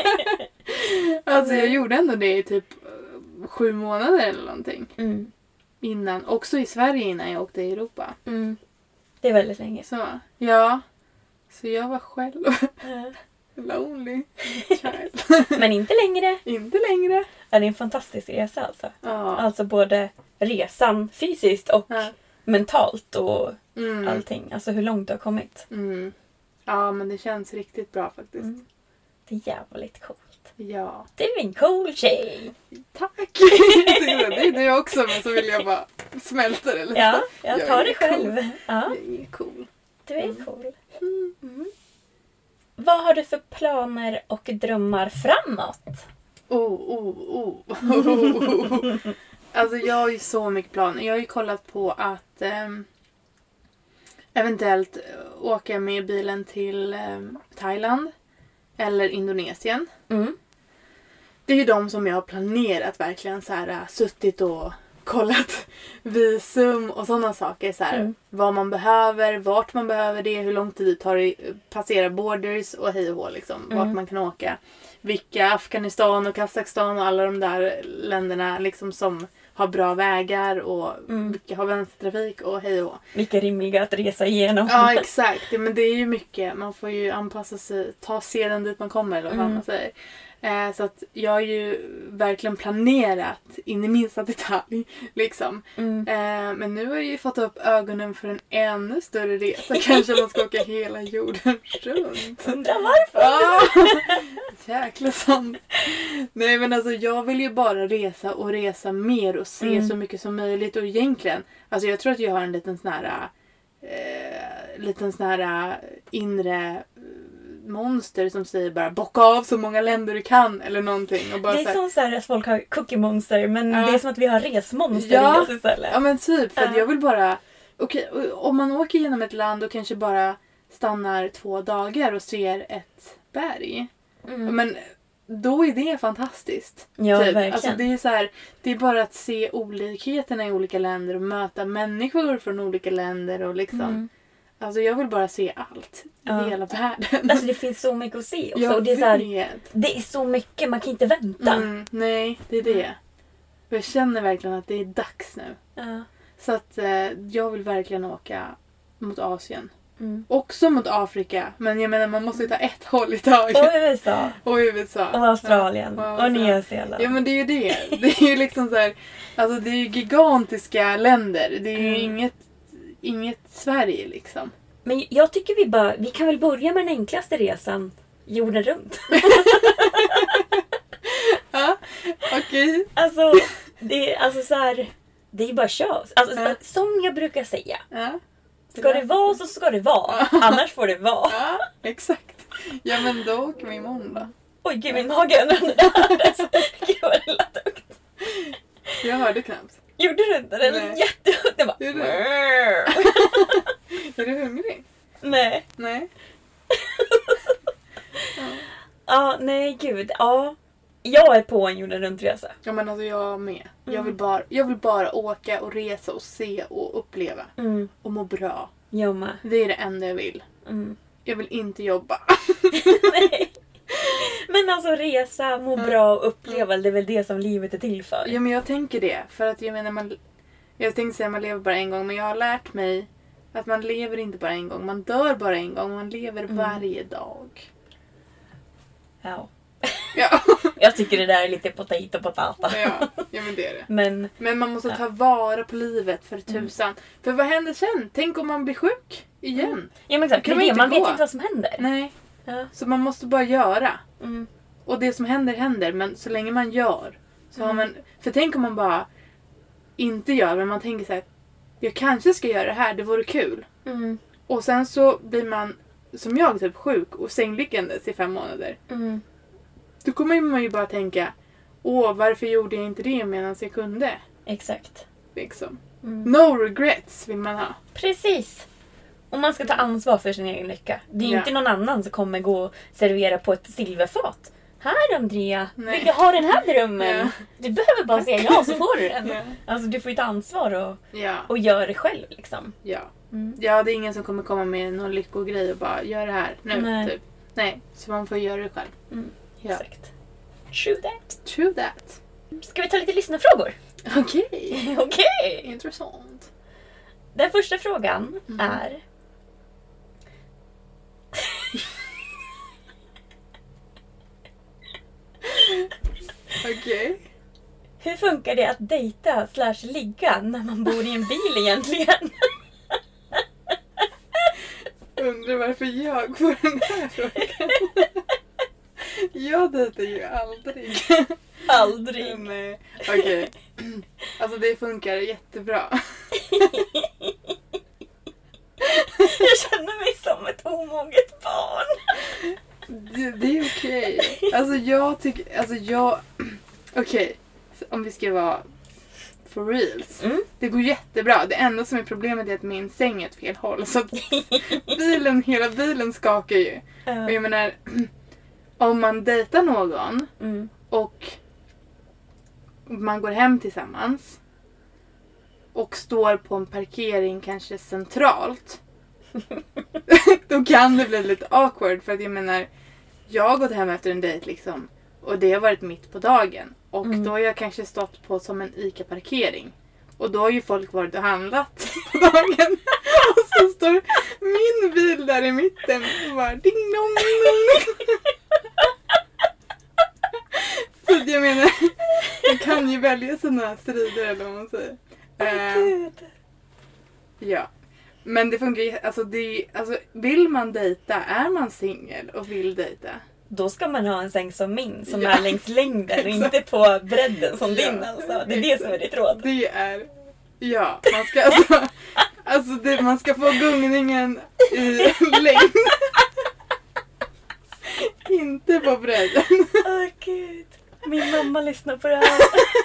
Alltså jag gjorde ändå det i typ eh, sju månader eller någonting. Mm. Innan, också i Sverige innan jag åkte i Europa. Mm. Det är väldigt länge. Så, ja. Så jag var själv. Ja. Lonely child. Men inte längre. Inte längre. Ja, det är en fantastisk resa alltså. Ja. Alltså både resan fysiskt och Ja. mentalt och Mm. allting. Alltså hur långt du har kommit. Mm. Ja, men det känns riktigt bra faktiskt. Mm. Det är jävligt coolt. Ja. Du är en cool tjej. Tack! det är du också, men så vill jag bara smälta det lite. Ja, jag Jag tar är det cool. själv. Ja, Jag är cool. du är cool. Mm. Vad har du för planer och drömmar framåt? Oh, oh, oh. oh. Alltså jag har ju så mycket planer. Jag har ju kollat på att ehm, eventuellt åka med bilen till ehm, Thailand eller Indonesien. Mm. Det är ju de som jag har planerat verkligen så här, äh, suttit och kollat visum och sådana saker. Så här, Mm. vad man behöver, vart man behöver det, hur lång tid det tar att passera borders och hej och hå liksom. Mm. Vart man kan åka. Vilka Afghanistan och Kazakstan och alla de där länderna liksom som har bra vägar och Mm. vilka har vänstertrafik och hej och hå. Vilka rimliga att resa igenom. Ja, exakt. Ja, men det är ju mycket. Man får ju anpassa sig, ta seden dit man kommer eller vad Mm. man säger. Eh, så att jag har ju verkligen planerat in i minsta detalj. Liksom. Mm. Eh, men nu har jag ju fått upp ögonen för en ännu större resa. Kanske man ska åka hela jorden runt. Undrar varför? Ah, jäkla sant. Nej men alltså jag vill ju bara resa och resa mer och se Mm. så mycket som möjligt. Och egentligen, alltså jag tror att jag har en liten sån här eh, liten sån här eh, inre eh, monster som säger bara bocka av så många länder du kan eller någonting. Och bara Det är så här, som så här att folk har cookie monster, men Ja. det är som att vi har resmonster Ja. i oss istället. ja men typ för att Ja. jag vill bara okej, och om man åker genom ett land och kanske bara stannar två dagar och ser ett berg. Mm. Men då är det fantastiskt. Ja, typ. verkligen. Alltså det är så här, det är bara att se olikheterna i olika länder och möta människor från olika länder och liksom. Mm. Alltså jag vill bara se allt i ja. hela världen. Alltså det finns så mycket att se också. Jag och det är vet. Så här, det är så mycket, man kan inte vänta. Mm, nej, det är det. Mm. Jag känner verkligen att det är dags nu. Ja. Så att eh, jag vill verkligen åka mot Asien. Mm. Också mot Afrika. Men jag menar man måste ta ett håll i taget. Och U S A. Och U S A. Och Australien. Ja, och, och Nya Zeeland. Ja men det är ju det. Det är ju liksom så här. Alltså det är ju gigantiska länder. Det är ju mm. inget, inget Sverige liksom. Men jag tycker vi bara, vi kan väl börja med den enklaste resan. Jorden runt. Ja, okej. Okay. Alltså, det är alltså så här, det är ju bara kör. Alltså, ja. Som jag brukar säga. Ja. Ska det vara så ska det vara. Ja. Annars får det vara. Ja, exakt. Ja men då åker vi imorgon då. Oj gud, min mage undrade det. Gud vad det lät högt. Jag hörde knappt. Gjorde du inte? Det lät jättehögt. Det bara... Gjorde du? Är du hungrig? Nej. Nej. Ja, ah, nej gud. Ja. Jag är på en jorden runt resa. Ja men alltså jag med. Mm. Jag, vill bara, jag vill bara åka och resa och se och uppleva. Mm. Och må bra. Jag med. Det är det enda jag vill. Mm. Jag vill inte jobba. Nej. Men alltså resa, må mm. bra och uppleva. Mm. Det är väl det som livet är till för. Ja men jag tänker det. För att jag menar man... Jag tänkte säga att man lever bara en gång. Men jag har lärt mig att man lever inte bara en gång. Man dör bara en gång. Man lever mm. varje dag. Ja. Ja. Jag tycker det där är lite potato potata. Ja, ja men det är det. Men, men man måste ta vara på livet för tusan. Mm. För vad händer sen? Tänk om man blir sjuk igen. Mm. Ja men exakt, kan man, man, man gå. vet inte vad som händer. Nej. Ja. Så man måste bara göra. Mm. Och det som händer händer. Men så länge man gör. Så mm. har man, för tänk om man bara inte gör. Men man tänker så här. Jag kanske ska göra det här. Det vore kul. Mm. Och sen så blir man som jag typ sjuk. Och sängliggandes i fem månader. Mm. Då kommer man ju bara tänka. Åh, varför gjorde jag inte det medan jag kunde? Exakt. Liksom. Mm. No regrets vill man ha. Precis. Och man ska ta ansvar för sin egen lycka. Det är ju ja. inte någon annan som kommer gå och servera på ett silverfat. Här Andrea, Nej. vill du ha den här drömmen? Ja. Du behöver bara säga ja så får du den. Ja. Alltså du får ju ta ansvar och, ja. och göra det själv liksom. Ja. Mm. Ja, det är ingen som kommer komma med någon lyckogrej och bara gör det här nu. Nej. Typ. Nej, så man får göra det själv. Mm. Ja. Exakt. True that. True that. Ska vi ta lite lyssnarfrågor? Okej. Okay. Okej. Okay. Intressant. Den första frågan mm. är... Okej. Okay. Hur funkar det att dejta slash ligga när man bor i en bil egentligen? Undrar varför jag får den här frågan. Jag dejtar ju aldrig. Aldrig. Nej. Okej. Okay. Alltså det funkar jättebra. Jag känner mig som ett omoget barn. Det, det är okej. Okay. Alltså jag tycker... Alltså jag... Okej. Okay. Om vi ska vara for reals. Mm. Det går jättebra. Det enda som är problemet är att min säng är ett fel håll. Så att bilen, hela bilen skakar ju. Uh. Och jag menar... Om man dejtar någon mm. och man går hem tillsammans och står på en parkering kanske centralt då kan det bli lite awkward för att jag menar jag har gått hem efter en dejt liksom och det har varit mitt på dagen och mm. då har jag kanske stått på som en ICA-parkering och då har ju folk varit och handlat på dagen och så står min bil där i mitten och bara ding dong ding dong. Så jag menar, man kan ju välja sina strider eller vad man säger. Oh, uh, ja. Men det funkar ju, alltså, det, alltså vill man dejta, är man singel och vill dejta? Då ska man ha en säng som min, som ja. Är längs längden och inte på bredden som ja, din alltså. Det är exakt. Det som är ditt råd. Det är, ja, man ska alltså, alltså det, man ska få gungningen i längd. Inte på bredden. Åh oh, gud. Min mamma lyssnar på det här.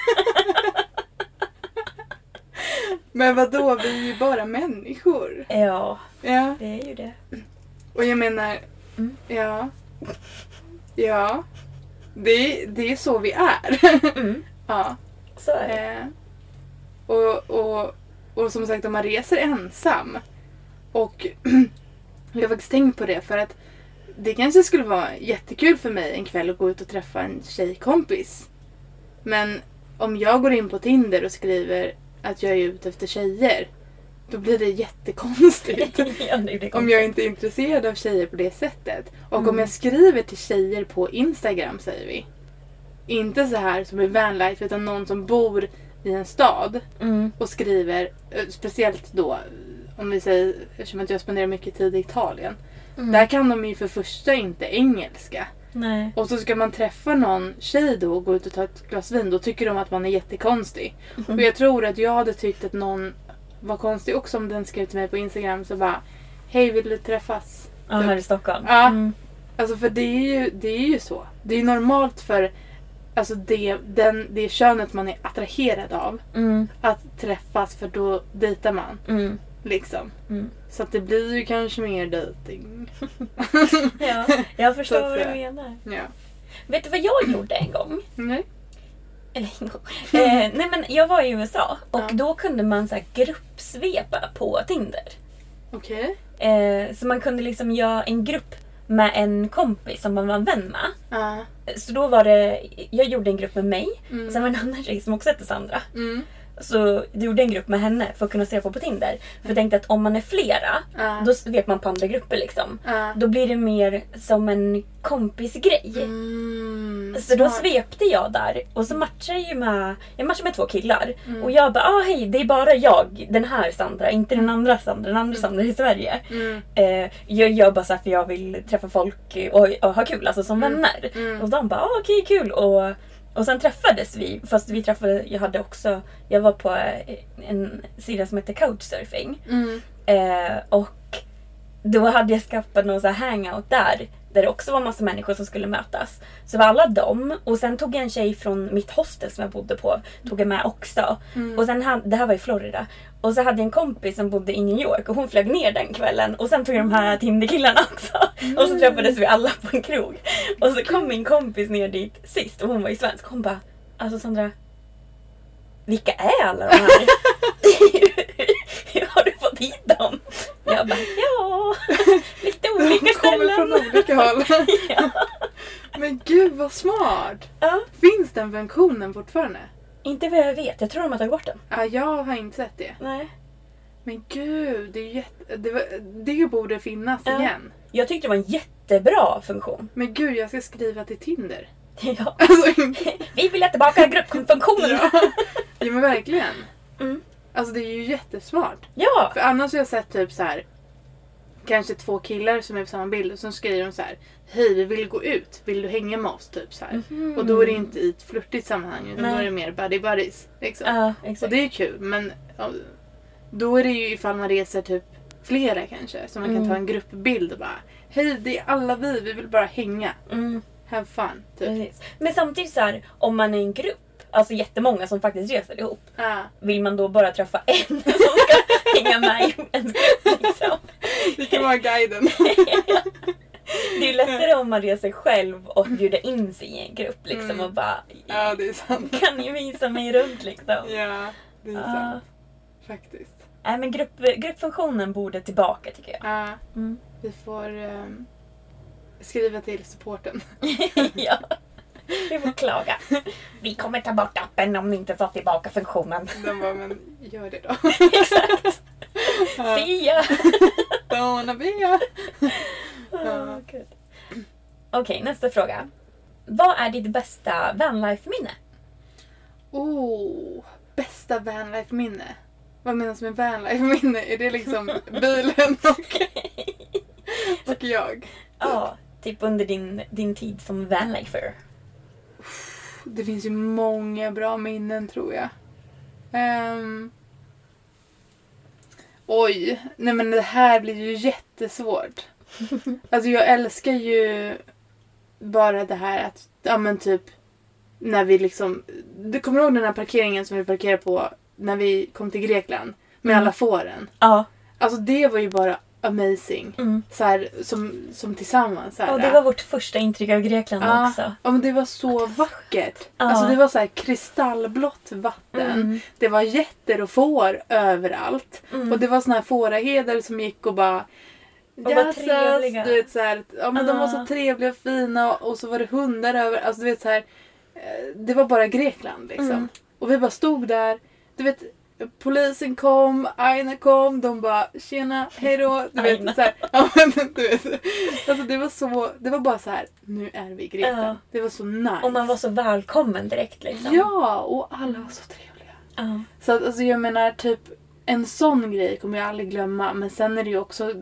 Men vadå, vi är ju bara människor. Ja, ja. Det är ju det. Och jag menar, mm. ja, ja. det, det är så vi är. Mm. Ja. Så är det. Eh, och, och, och som sagt, om man reser ensam. Och jag har faktiskt tänkt på det för att det kanske skulle vara jättekul för mig en kväll att gå ut och träffa en tjejkompis. Men om jag går in på Tinder och skriver att jag är ute efter tjejer, då blir det jättekonstigt. Ja, det blir om jag inte är intresserad av tjejer på det sättet. Och Mm. om jag skriver till tjejer på Instagram, säger vi. Inte så här som i vanlife, utan någon som bor i en stad Mm. och skriver, eh, speciellt då, om vi säger, eftersom att jag spenderar mycket tid i Italien. Mm. Där kan de ju för första inte engelska. Nej. Och så ska man träffa någon tjej då och gå ut och ta ett glas vin. Då tycker de att man är jättekonstig. Mm. Och jag tror att jag hade tyckt att någon var konstig också om den skrev till mig på Instagram. Så bara, hej, vill du träffas? Ja, här i Stockholm. Ja. Mm. Alltså för det är ju, det är ju så. Det är ju normalt för alltså det, den, det könet man är attraherad av Mm. att träffas, för då dejtar man. Mm. Liksom. Mm. Så att det blir ju kanske mer dejting. Ja, jag förstår Så att vad du säga. menar. Ja. Vet du vad jag gjorde en gång? Nej. Eller en gång. Eh, nej men jag var i U S A och Ja. då kunde man så här gruppsvepa på Tinder. Okej. Eh, så man kunde liksom göra en grupp med en kompis som man var vän med. Ja. Så då var det, jag gjorde en grupp med mig. Mm. Och sen var det en annan tjej som också hette Sandra. Mm. Så jag gjorde en grupp med henne för att kunna se på på Tinder. För jag tänkte att om man är flera, Ja. då vet man på andra grupper liksom. Ja. Då blir det mer som en kompisgrej. Mm, Så då smart. svepte jag där och så matchade jag ju med, jag matchade med två killar. Mm. Och jag bara, ah hej, det är bara jag, den här Sandra, inte den andra Sandra, den andra Sandra i Sverige. Mm. Eh, jag gör bara så här för jag vill träffa folk och, och ha kul, alltså som Mm. vänner. Mm. Och de bara, ah, okej, kul. Och, och sen träffades vi, fast vi träffade, jag hade också, jag var på eh, en sida som heter Couchsurfing. Mm. Eh, och då hade jag skapat någon så här hangout där. Där det också var massa människor som skulle mötas. Så var alla dem. Och sen tog jag en tjej från mitt hostel som jag bodde på. Tog jag med också. Mm. Och sen, hade- det här var i Florida. Och så hade jag en kompis som bodde i New York. Och hon flög ner den kvällen. Och sen tog jag de här Tinder-killarna också. Och så träffades vi alla på en krog. Och så kom min kompis ner dit sist. Och hon var ju svensk. Hon bara, alltså Sandra, vilka är alla de här? Hur har du fått hit dem? Jag bara, ja, lite olika De kommer ställen. från olika håll. Ja. Men gud vad smart. Ja, Finns den funktionen fortfarande? inte vad jag vet. Jag tror de har tagit bort den. Ja, jag har inte sett det. Nej. Men gud, det, är ju jätte... det, var... det borde finnas Ja. igen. Jag tyckte det var en jättebra funktion. Men gud, jag ska skriva till Tinder. Ja. Alltså inte... Vi vill ha tillbaka gruppfunktionen. ja. ja, men verkligen. Mm. Alltså det är ju jättesmart. Ja. För annars har jag sett typ så här, kanske två killar som är på samma bild och så skriver de så här: hej, vi vill gå ut, vill du hänga med oss? Typ så här. Mhm. Och då är det inte i ett flörtigt sammanhang, utan Nej. då är det mer buddy buddies liksom. Ja, Och exakt. det är kul, men ja, då är det ju ifall man reser typ flera kanske, så man kan Mm. ta en gruppbild och bara, hej, det är alla vi, vi vill bara hänga, Mm, have fun typ. precis. Men samtidigt så här, om man är en grupp, alltså jättemånga som faktiskt reser ihop, Ah, vill man då bara träffa en som ska hänga med i en grupp liksom? det kan vara guiden. Det är ju lättare om man reser själv och bjuder in sig i en grupp liksom Mm. och bara, Ja, det är sant. kan ni visa mig runt liksom? Ja, det är Ja. sant. Faktiskt. Nej, men grupp, gruppfunktionen borde tillbaka tycker jag. Ja, Mm. vi får ehm, skriva till supporten. Ja. Vi får klaga. Vi kommer ta bort appen om ni inte tar tillbaka funktionen. De bara, men gör det då. Exakt. Ja. See ya. Don't wanna be a... Oh, Gud. Okej, nästa fråga. Vad är ditt bästa vanlife-minne? Oh, bästa vanlife-minne. Vad menas med vanlife-minne? Är det liksom bilen och, och jag? Ja, typ under din, din tid som vanlifer. Det finns ju många bra minnen, tror jag. Ehm. Oj, nej men det här blir ju jättesvårt. Alltså jag älskar ju bara det här att, ja men typ, när vi liksom, du kommer ihåg den här parkeringen som vi parkerade på när vi kom till Grekland? Med Mm. alla fåren. Ja. Alltså det var ju bara amazing. Mm. Så här, som, som tillsammans. Så här, Och det var vårt första intryck av Grekland ja, också. Ja, men det var så vackert. Ja. Alltså det var så här kristallblått vatten. Mm. Det var getter och får överallt. Mm. Och det var såna här fåraheder som gick och bara... Och var trevliga. Du vet, så här, ja, men Ja. de var så trevliga och fina. Och, och så var det hundar över. Alltså du vet så här... eh, Det var bara Grekland liksom. Mm. Och vi bara stod där. Du vet... Polisen kom, Aina kom, de bara tjena, hejdå, du vet Aina. så här, ja, men, du vet, alltså det var så, det var bara så här, nu är vi i Grekland. Ja. Det var så nice. Och man var så välkommen direkt liksom. Ja, och alla var så trevliga. Ja. Så att, alltså jag menar typ en sån grej kommer jag aldrig glömma, men sen är det ju också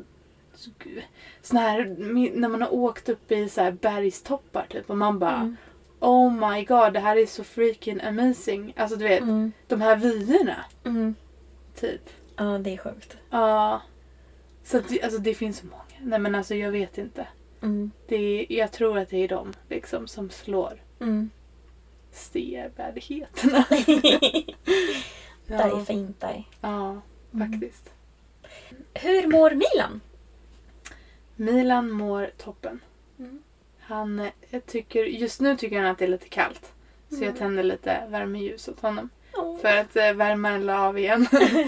sån här, när man har åkt upp i så här bergstoppar typ och man bara Mm. oh my god, det här är så freaking amazing. Alltså du vet, Mm. de här vyerna Mm. typ. Ja, det är sjukt. Ja. Så att, det- alltså det finns så många. Nej men alltså jag vet inte. Mm. Det är, jag tror att det är de liksom som slår Mm. sevärdheterna. Det är fint där. Ja, faktiskt. Hur mår Milan? Milan mår toppen. Mm. Han eh, jag tycker, just nu tycker han att det är lite kallt. Så Mm. jag tänder lite värmeljus åt honom. Oh. För att eh, värma en lav igen.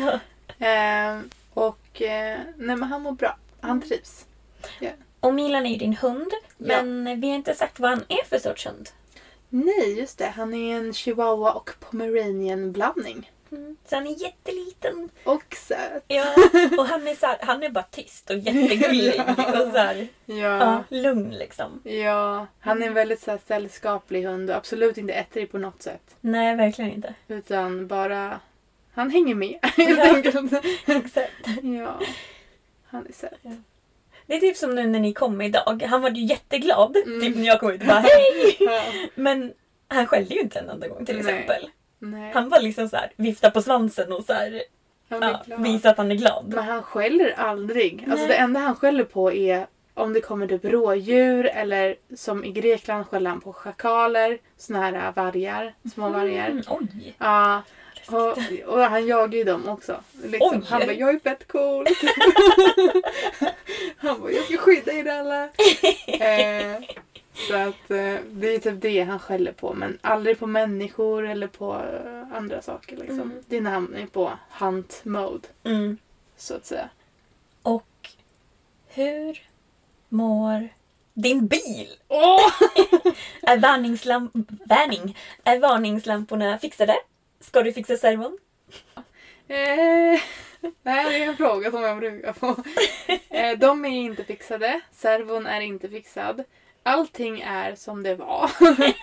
eh, och eh, nej men han mår bra. Han trivs. Och Milan är ju din hund. Ja. Men vi har inte sagt vad han är för sorts hund. Nej, just det. Han är en chihuahua och pomeranian blandning. Mm. Så han är jätteliten. Och söt. Ja, och han är, så här, han är bara tyst och jättegullig. Och så här, Ja. ja, lugn liksom. Ja, han är en väldigt så här, sällskaplig hund och absolut inte ettrig på något sätt. Nej, verkligen inte. Utan bara, han hänger med helt Ja. enkelt. Exakt. Ja, han är söt. Det är typ som nu när ni kom idag. Han var ju jätteglad. Mm. Typ när jag kom ut och bara hej! Ja. Men han skällde ju inte en enda gång till Nej. exempel. Nej, Han var liksom så här, vifta på svansen och så här, han är ja, glad. visa att han är glad. Men han skäller aldrig. Alltså Nej. det enda han skäller på är om det kommer typ rådjur eller som i Grekland skäller han på schakaler, såna här vargar, små vargar. Mm, oj! Ja, och, och han jagar ju dem också. Liksom. Oj. Han bara, jag är fett cool. Han bara, jag ska skydda er alla. eh, så att eh, det är typ det han skäller på. Men aldrig på människor eller på eh, andra saker. Liksom. Mm. Det är när han är på hunt mode, Mm. så att säga. Och hur mår din bil? Åh! Är, varningslamp- varning. Är varningslamporna fixade? Ska du fixa servon? Eh, det här är en fråga som jag brukar få. Eh, de är inte fixade. Servon är inte fixad. Allting är som det var.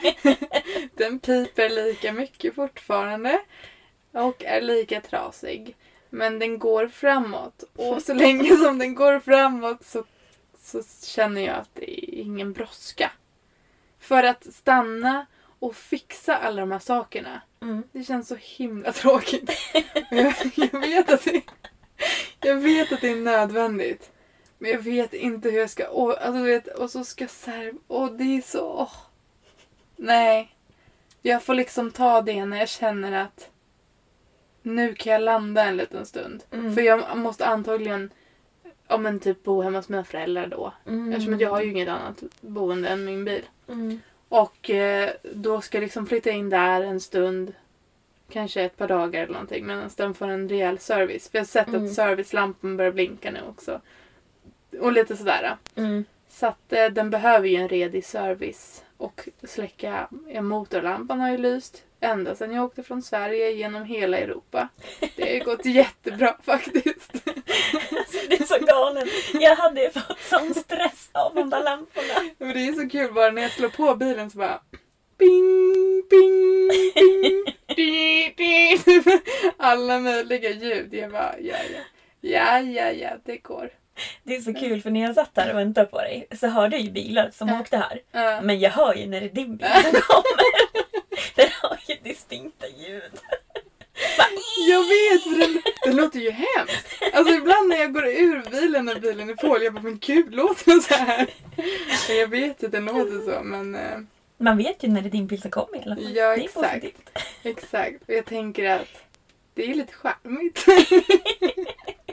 Den piper lika mycket fortfarande. Och är lika trasig. Men den går framåt. Och så länge som den går framåt så, så känner jag att det är ingen brådska. För att stanna och fixa alla de här sakerna. Mm. Det känns så himla tråkigt. jag, jag, vet att det, jag vet att det är nödvändigt. Men jag vet inte hur jag ska... Åh, alltså, du vet, och så ska serv... Och det är så... Åh. Nej. Jag får liksom ta det när jag känner att nu kan jag landa en liten stund. Mm. För jag måste antagligen om en typ bo hemma hos mina föräldrar då. Mm. Eftersom att jag har ju inget annat boende än min bil. Mm. Och eh, då ska jag liksom flytta in där en stund. Kanske ett par dagar eller någonting. Medan den får en rejäl service. För jag har sett Mm. att servicelampan börjar blinka nu också. Och lite sådär. Mm. Så att eh, den behöver ju en redig service. Och släcka. Ja, motorlampan har ju lyst. Ända sedan jag åkte från Sverige genom hela Europa. Det har ju gått jättebra faktiskt. Alltså, det är så galen. Jag hade fått sån stress av de där lamporna. Men det är så kul bara när jag slår på bilen så bara bing, bing, bing, di, di. Alla möjliga ljud. Jag bara, ja, ja, ja, ja, ja, det går. Det är så kul för när jag satt här och väntade på dig så hörde jag ju bilar som Ja. åkte här. Ja. Men jag hör ju när det är din bil som kommer. Den har ju distinkta ljud. Bara, Jag vet, för den, den låter ju hemskt. Alltså ibland när jag går ur bilen när bilen är på, jag bara, men gud, låter den så här? Jag vet att den låter så, men... eh, man vet ju när det är din bil som kommer i alla fall. Ja, det är exakt. positivt. Exakt. Och jag tänker att det är lite charmigt.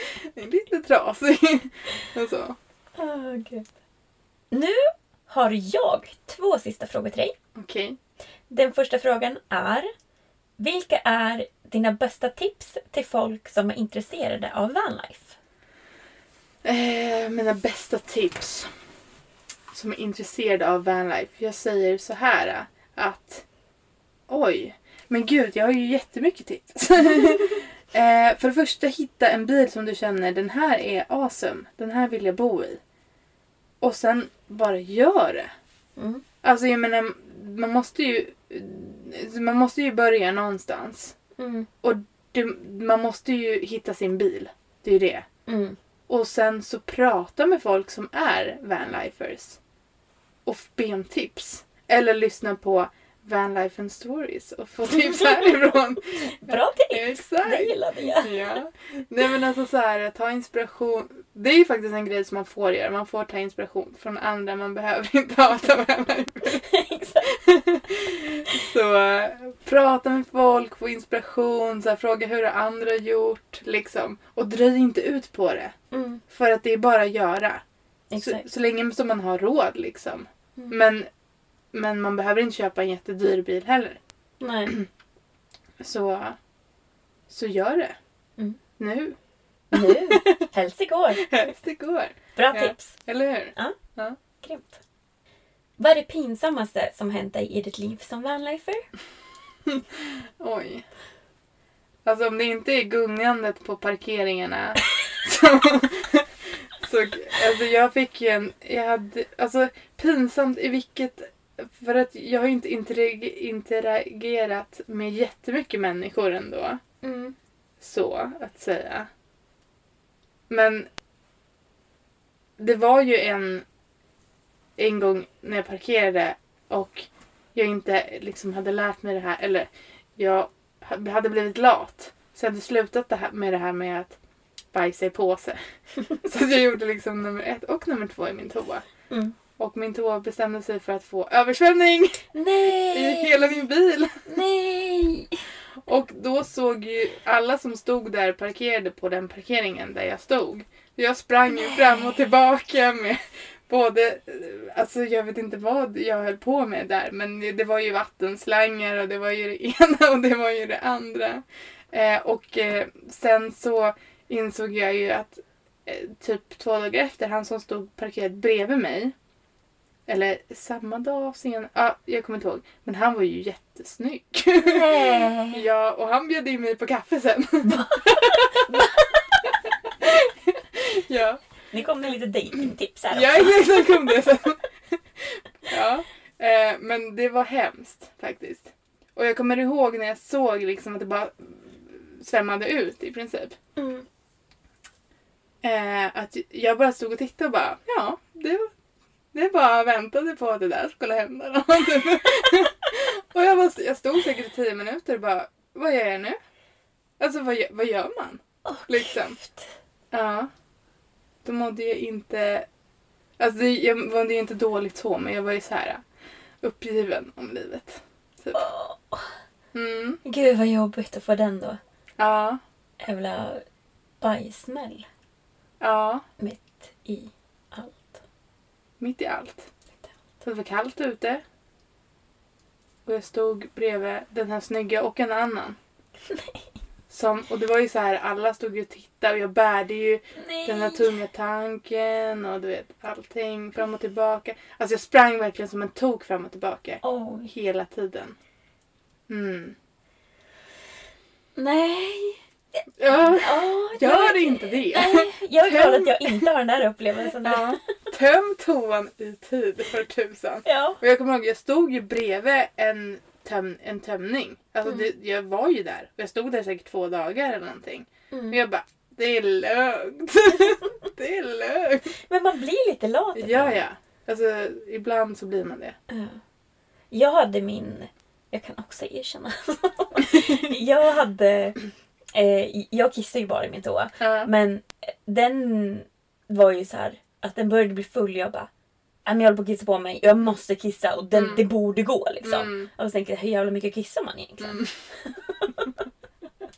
är lite trasig. Och så. Oh, Gud. Nu har jag två sista frågor till dig. Okej. Okay. Den första frågan är: vilka är dina bästa tips till folk som är intresserade av vanlife? Eh, mina bästa tips som är intresserade av vanlife. Jag säger så här att oj, men gud, jag har ju jättemycket tips. eh, för det första, hitta en bil som du känner, den här är awesome. Den här vill jag bo i. Och sen bara gör det. Mm. Alltså jag menar, man måste ju man måste ju börja någonstans. Mm. Och det, man måste ju hitta sin bil. Det är ju det. Mm. Och sen så prata med folk som är vanlifers. Och be om tips. Eller lyssna på Vanlife and Stories och få tips härifrån. Bra tips! Exakt. Det gillade jag. Ja. Nej men alltså så här, ta inspiration. Det är ju faktiskt en grej som man får göra. Man får ta inspiration från andra. Man behöver inte hata Vanlife. Exakt. Så prata med folk, få inspiration, så här, fråga hur andra har gjort. Liksom. Och dröj inte ut på det. Mm. För att det är bara att göra. Så, så länge som man har råd liksom. Mm. Men Men man behöver inte köpa en jättedyr bil heller. Nej. Så, så gör det. Mm. Nu. Nu. Helst igår. Helst igår. Bra ja. Tips. Eller hur? Ja. Ja. Grymt. Vad är det pinsammaste som hänt dig i ditt liv som vanlifer? Oj. Alltså om det inte är gungandet på parkeringarna. så... Så, alltså jag fick ju en, jag hade, alltså pinsamt i vilket, för att jag har ju inte interag, interagerat med jättemycket människor ändå. Mm. Så att säga. Men det var ju en, en gång när jag parkerade och jag inte liksom hade lärt mig det här, eller jag hade blivit lat. Så jag hade slutat det här med det här med att bajsa i påse. Så jag gjorde liksom nummer ett och nummer två i min toa. Mm. Och min toa bestämde sig för att få översvämning. Nej! I hela min bil. Nej! Och då såg ju alla som stod där parkerade på den parkeringen där jag stod. Jag sprang ju fram och tillbaka med både, alltså jag vet inte vad jag höll på med där. Men det var ju vattenslangar och det var ju det ena och det var ju det andra. Eh, och eh, sen så insåg jag ju att eh, typ två dagar efter, han som stod parkerad bredvid mig, eller samma dag sen, ja ah, jag kommer inte ihåg, men han var ju jättesnygg. Nej. Ja, och han bjöd in mig på kaffe sen. Ja. Nu kom det lite datingtips här också. Ja, exakt, kom det sen. Ja, eh, men det var hemskt faktiskt. Och jag kommer ihåg när jag såg liksom att det bara svämmade ut i princip. Mm. Eh, att jag bara stod och tittade och bara, ja, det, det bara väntade på att det där skulle hända. Och jag, bara, jag stod säkert i tio minuter och bara, vad gör jag nu? Alltså vad, vad gör man? Oh, liksom. Ja. Då mådde jag inte, alltså det, jag mådde ju inte dåligt så, men jag var ju så här uppgiven om livet. Typ. Oh. Mm. Gud vad jobbigt att få den då. Ja. Jävla bajsmäll. Ja. Mitt i allt. Mitt i allt. Mitt i allt. Det var kallt ute. Och jag stod bredvid den här snygga och en annan. Nej. Som, och det var ju så här, alla stod ju och tittade och jag bärde ju Nej. den här tunga tanken och du vet, allting fram och tillbaka. Alltså jag sprang verkligen som en tok fram och tillbaka. Oh. Hela tiden. Mm. Nej. Ja, oh, gör jag, inte det. Nej, jag är glad att jag inte har den här upplevelsen. Ja, töm toan i tid för tusan. Ja. Och jag kommer ihåg, jag stod ju bredvid en, töm, en tömning. Alltså mm. det, jag var ju där. Och jag stod där säkert två dagar eller någonting. Mm. Och jag bara, det är lugnt. Det är lugnt. Men man blir lite lat. Ja, ja. Alltså ibland så blir man det. Ja. Jag hade min, jag kan också erkänna. jag hade... Eh, jag kissade ju bara i min toa. Uh. Men den var ju så här att den började bli full. Jag bara, jag håller på att kissa på mig. Jag måste kissa och den, mm. det borde gå liksom. Mm. Och så tänkte jag, hur jävla mycket kissar man egentligen? Mm.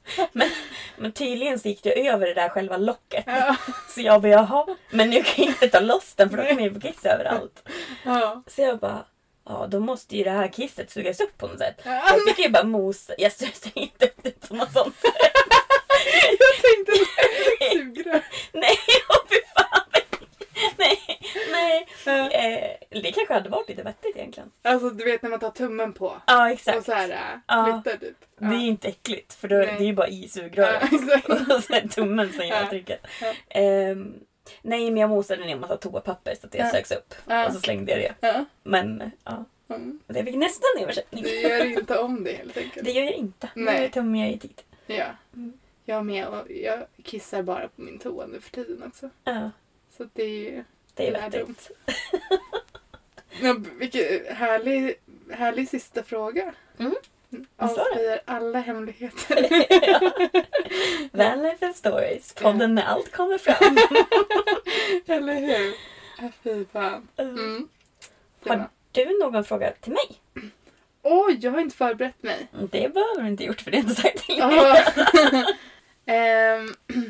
Men, men tydligen så gick det över det där själva locket. Ja. Så jag bara, jaha. Men nu kan jag inte ta loss den för då kommer jag få kiss överallt. Ja. Så jag bara, ja då måste ju det här kisset sugas upp på något sätt. Ja. Jag fick ju bara mosa. Jag strössade inte upp det på något sånt sätt. Jag tänkte det sugrör. Nej, åh fy fan. Nej, nej. Ja. Eh, det kanske hade varit lite vettigt egentligen. Alltså du vet när man tar tummen på. Ja, exakt. Och så här äh, Ja. flyttar typ. Ja. Det är inte äckligt för då, Nej. det är ju bara i sugröret. Ja, exakt. Och så är tummen som gör Ja. trycket. Ja. Ehm, nej, men jag mosade ner en massa toapapper så att det Ja. söks upp. Ja. Och så slängde jag det. Ja. Men ja, Mm. det fick nästan översättning. Du gör inte om det helt enkelt. Det gör jag inte. Nej. Nu tömmer jag i tid. Ja. Mm. Jag med och jag kissar bara på min toa nu för tiden också. Ja, Så att det är ju... det är Det är vettigt. Ja, vilken härlig, härlig sista fråga. Mm. Vad sa du? Avslöjar alla hemligheter. Ja. Vanlife and Stories. Podden när allt kommer fram. Eller hur? Ja, fy fan. Mm. Det var- Har du någon fråga till mig? Oj, jag har inte förberett mig. Det behöver du inte gjort för det är inte sagt till mig. Ah. Ehm,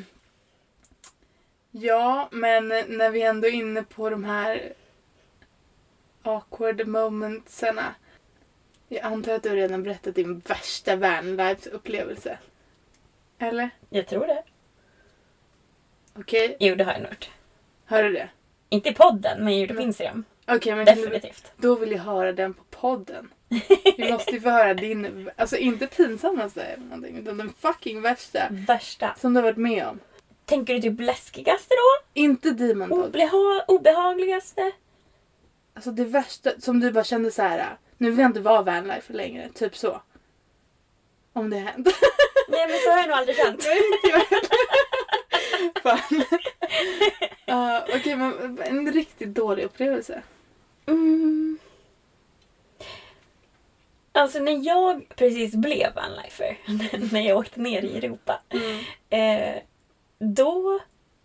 ja, men när vi ändå är inne på de här awkward momentsarna. Jag antar att du redan berättat din värsta vanlife-upplevelse. Eller? Jag tror det. Okej, Jo, det har jag nog gjort. hör du det? Inte i podden, men jag gjorde på Men- Instagram. Okej, men kan du, Definitivt. då vill jag höra den på podden. Vi måste ju få höra din, alltså inte pinsammaste eller någonting, utan den fucking värsta Värsta. som du har varit med om. Tänker du typ läskigaste då? Inte Demon Dog. Obeha- obehagligaste? Alltså det värsta som du bara kände så här. Nu vill jag inte vara vanlife längre, typ så. Om det hänt. Nej, men så har jag nog aldrig känt. Nej, inte jag heller. Fan. Uh, Okej, men en riktigt dålig upplevelse. Mm. Alltså när jag precis blev vanlifer, när jag åkte ner i Europa, Mm. eh, då...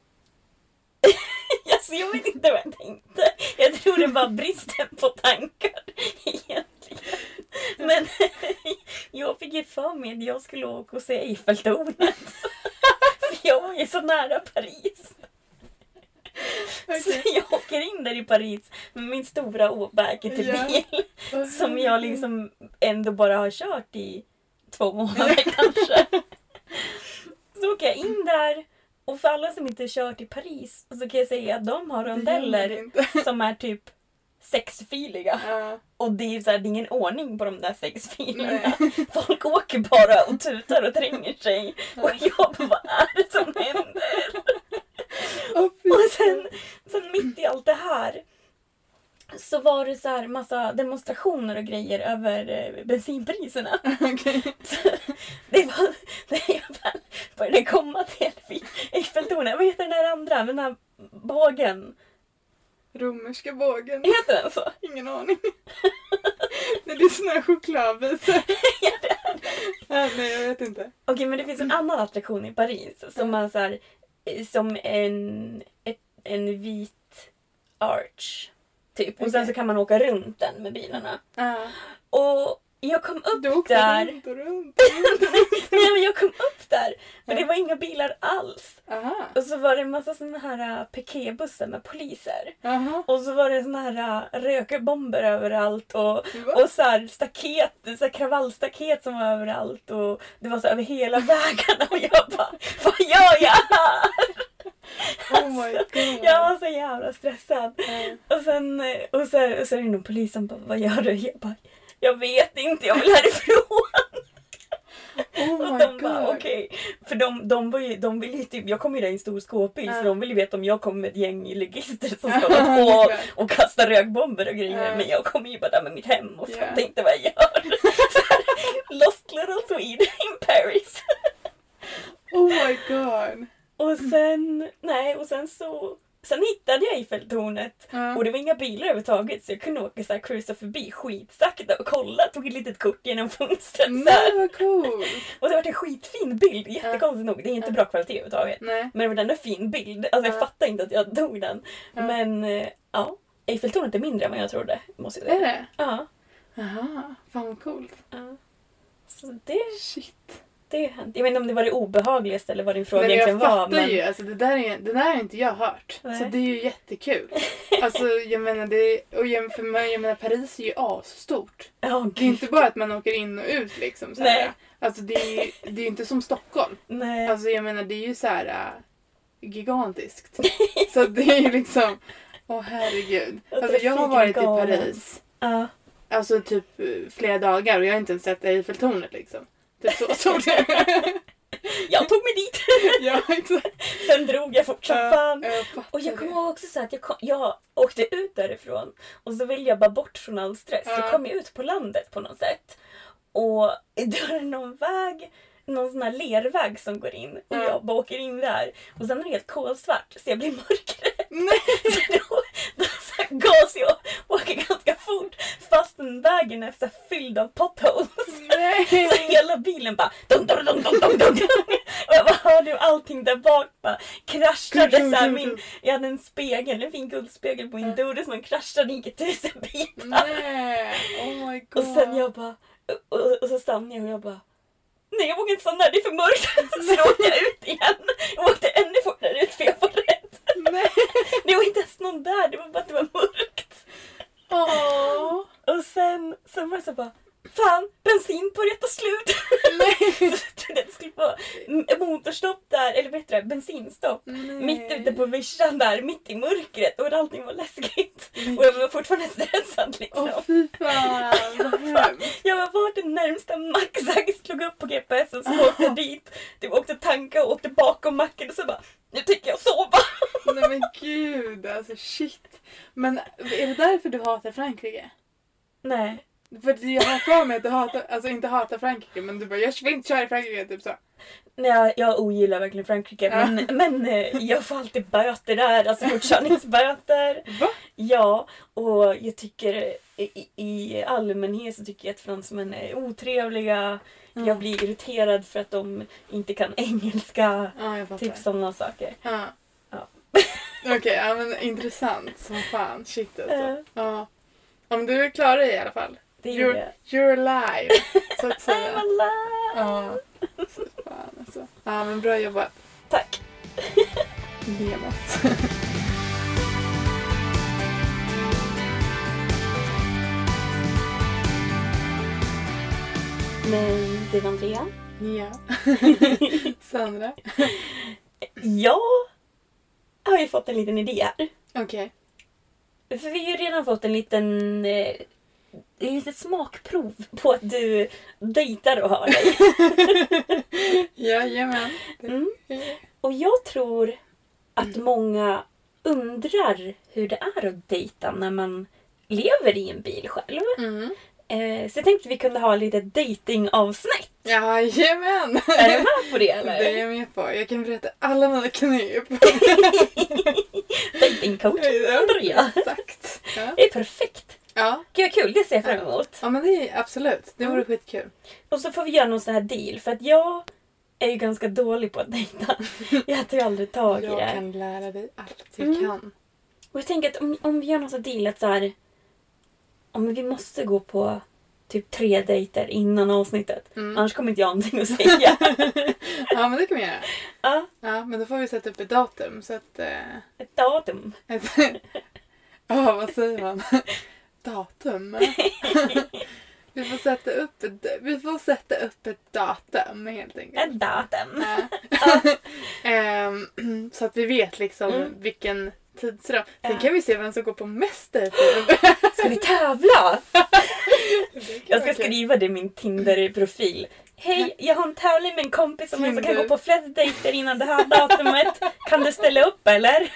alltså, jag vet inte vad jag tänkte. Jag tror det var bristen på tankar egentligen. Men jag fick ju för mig att jag skulle åka och se Eiffeltornet. För jag var ju så nära Paris. Okay. Så jag åker in där i Paris med min stora obergete Ja. bil. Oh, Som jag liksom ändå bara har kört i två månader kanske. Så åker jag in där. Och för alla som inte har kört i Paris så kan jag säga att de har Det gör man rondeller inte. som är typ sexfiliga. Ja. Och det är, så här, det är ingen ordning på de där sex filerna. Nej. Folk åker bara och tutar och tränger sig. Och jag bara, vad är det som händer? Oh, fy Och sen, sen mitt i allt det här så var det så här massa demonstrationer och grejer över eh, bensinpriserna. Okej. Så det var när jag väl började komma till Eiffeltornet. Vad heter den där andra? Den där bågen. Romerska bågen. Heter den så? Ingen aning. Det är såna här chokladbitar. Ja, det är det. Ja, nej, jag vet inte. Okej, men det finns en annan attraktion i Paris som är så här, som en, ett, en vit arch typ. Och sen Okej. så kan man åka runt den med bilarna. Ja. Och jag kom upp Du åkte där. runt och runt. Nej, men jag kom upp där. Men det var inga bilar alls. Aha. Och så var det en massa såna här uh, piketbussar med poliser. Aha. Och så var det såna här uh, rökbomber överallt. Och, Va? och så här staket, så här kravallstaket som var överallt. Och det var så över hela vägarna. Och jag bara, vad gör jag här? Oh my god. Jag var så jävla stressad. Ja. Och sen eh, och så, och så är det nog polisen bara, vad gör du? Jag bara, jag vet inte, jag vill härifrån. Oh Och my de god. bara, okej. För de, de, var ju, de ville ju typ, jag kom ju där i en stor skåpbil Ja. så de ville ju veta om jag kom med ett gäng ligister som Ja, ska hålla på det är och, klart. och kasta rökbomber och grejer. Ja. Men jag kom ju bara där med mitt hem och Ja. fattade inte vad jag gör. Så här, Lost little Swede in Paris. Oh my god. Och sen, nej, och sen så, sen hittade jag Eiffeltornet. Ja. Och det var inga bilar överhuvudtaget så jag kunde åka så här, cruisa förbi skitsakta och kolla, tog ett litet kort genom fönstret så Nej, här. vad cool. Och det var en skitfin bild, jättekonstigt nog, det är inte bra kvalitet överhuvudtaget. Nej. Men det var ändå en fin bild, alltså jag Ja. fattar inte att jag tog den. Ja. Men eh, ja, Eiffeltornet är mindre än vad jag trodde, måste jag säga. Är det? Ja. Aha, fan vad coolt. ja. Så det, Shit. det har ju hänt. Jag vet inte om det var det obehagligaste eller vad din fråga Nej, egentligen var. Jag fattar men... ju. Alltså, det, där är, det där har inte jag hört. Nej. Så det är ju jättekul. Alltså jag menar, det, och jag, för mig, jag menar Paris är ju asstort. Oh, det är inte bara att man åker in och ut liksom. Så Nej. här. Alltså det är ju det är inte som Stockholm. Nej. Alltså jag menar det är ju så här äh, gigantiskt. Så det är ju liksom, åh oh, herregud. Alltså jag har varit i Paris. Ja. Alltså typ flera dagar och jag har inte ens sett Eiffeltornet liksom. Typ så stort. Jag tog mig dit. Ja, exakt. Sen drog jag fort som Ja, fan. jag Och jag kommer ihåg också så att jag, kom, jag åkte ut därifrån. Och så ville jag bara bort från all stress. Ja. Så kom jag ut på landet på något sätt. Och då är det någon väg, någon sån här lerväg som går in. Och Ja. jag bara åker in där. Och sen är det helt kolsvart. Så jag blir mörkare. Nej. Så då, då så gas jag och åker ganska fort. Fast den vägen är så här fylld av potholes. Nej. Så hela bilen bara dum, dum, dum, dum, dum, dum. Och jag bara hörde hur allting där bak bara kraschade. Så här, min, jag hade en spegel, en fin guldspegel på min dörr som kraschade i tusen bitar. Nej. Oh my god. Och sen jag bara, och, och så stannade jag och jag bara, nej jag vågar inte stanna där, det är för mörkt. Så då åkte jag ut igen. Jag åkte ännu fortare ut för jag var rädd. Nej. Det var inte ens någon där, det var bara att det var mörkt. Åh. Och sen, sen var det så bara, fan, bensin börjar ta slut. Nej. Så jag trodde att det skulle vara motorstopp där, eller vet du, bensinstopp. Nej. Mitt ute på vischan där, mitt i mörkret. Och allting var läskigt. Och jag var fortfarande stressad liksom. Åh fy fan, vad hemskt. Jag var vart den närmsta mack, slog upp på G P S och så åkte jag dit. Typ åkte tanka och åkte bakom macken och så bara, nu tänker jag sova. Nej men gud, alltså shit. Men är det därför du hatar Frankrike? Nej. För jag har för mig att du hatar, alltså inte hatar Frankrike, men du bara, jag vill inte köra i Frankrike, typ så. Nej, jag ogillar verkligen Frankrike. Ja. Men, men eh, jag får alltid böter där, alltså fortkörningsböter. Va? Ja, och jag tycker i, i allmänhet så tycker jag att fransmän är otrevliga. Mm. Jag blir irriterad för att de inte kan engelska. Ja, jag fattar. Typ sådana saker. Ja. Ja. Okej, okay, ja men intressant som fan. Shit alltså. Ja. Ja. Om du klarar dig i alla fall. Det är You're, det. you're alive, så att I'm säga. alive. Ja, så fan alltså. Ja, men bra jobbat. Tack. Demos. Men du Andrea? Ja. Sandra. Jag har ju fått en liten idé här. Okej. För vi har ju redan fått en liten... Eh, ett litet smakprov på att du dejtar och har dig. Jajamän. Mm. Och jag tror att många undrar hur det är att dejta när man lever i en bil själv. Mm. Eh, så jag tänkte att vi kunde ha lite datingavsnitt. Jajamän. Är du med på det eller? Det är jag med på. Jag kan berätta alla mina knep. Datingcoach Andrea. Exakt. Ja. Det är perfekt. Ja. Gud vad kul, det ser jag fram emot. Ja men det är absolut. Det vore Mm. skitkul. Och så får vi göra någon sån här deal. För att jag är ju ganska dålig på att dejta. Jag tar ju aldrig tag i Jag det. kan lära dig allt jag Mm. kan. Och jag tänker att om, om vi gör någon sån här deal att så här, om vi måste gå på typ tre dejter innan avsnittet. Mm. Annars kommer inte jag någonting att säga. Ja men det kan vi göra. Ja, Ja men då får vi sätta upp ett datum så att... Eh, ett datum. ett, ja vad säger man? Datum? vi, får sätta upp ett, vi får sätta upp ett datum helt enkelt. Ett datum. Ja. Ehm, så att vi vet liksom Mm. vilken tidsram. Sen Ja. kan vi se vem som går på mest dejter. Ska vi tävla? Det kan Jag ska vara kul. skriva det i min Tinder-profil. Hej, jag har en tävling med en kompis som jag kan Tinder. gå på flest dejter innan det här datumet. Kan du ställa upp eller?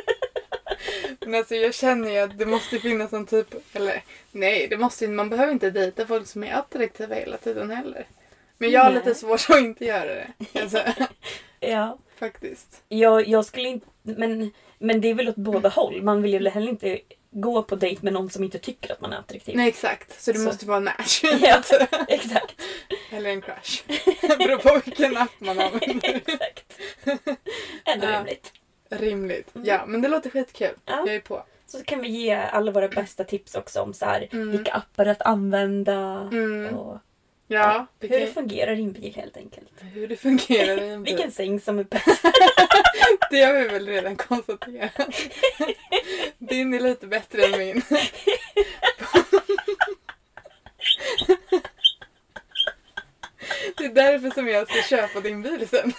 Men alltså jag känner ju att det måste finnas en typ, eller nej, det måste man behöver inte dejta folk som är attraktiva hela tiden heller. Men jag har Nej. lite svårt att inte göra det. Alltså, Ja. faktiskt. Jag, jag skulle inte... Men, men det är väl åt båda håll. Man vill ju heller inte gå på dejt med någon som inte tycker att man är attraktiv. Nej exakt, så det Så. måste vara en match. Ja, exakt. Eller en crush. Det beror på vilken app man använder. Exakt. Ändå Ja. rimligt. Rimligt. Ja, men det låter skitkul. Ja. Jag är på. Så kan vi ge alla våra bästa tips också om så här, Mm. vilka appar att använda. Mm. Och, Ja, Hur vilken, det fungerar i en bil helt enkelt. hur det fungerar i en bil. Vilken säng som är bäst. Det har vi väl redan konstaterat. Din är lite bättre än min. Det är därför som jag ska köpa din bil sen.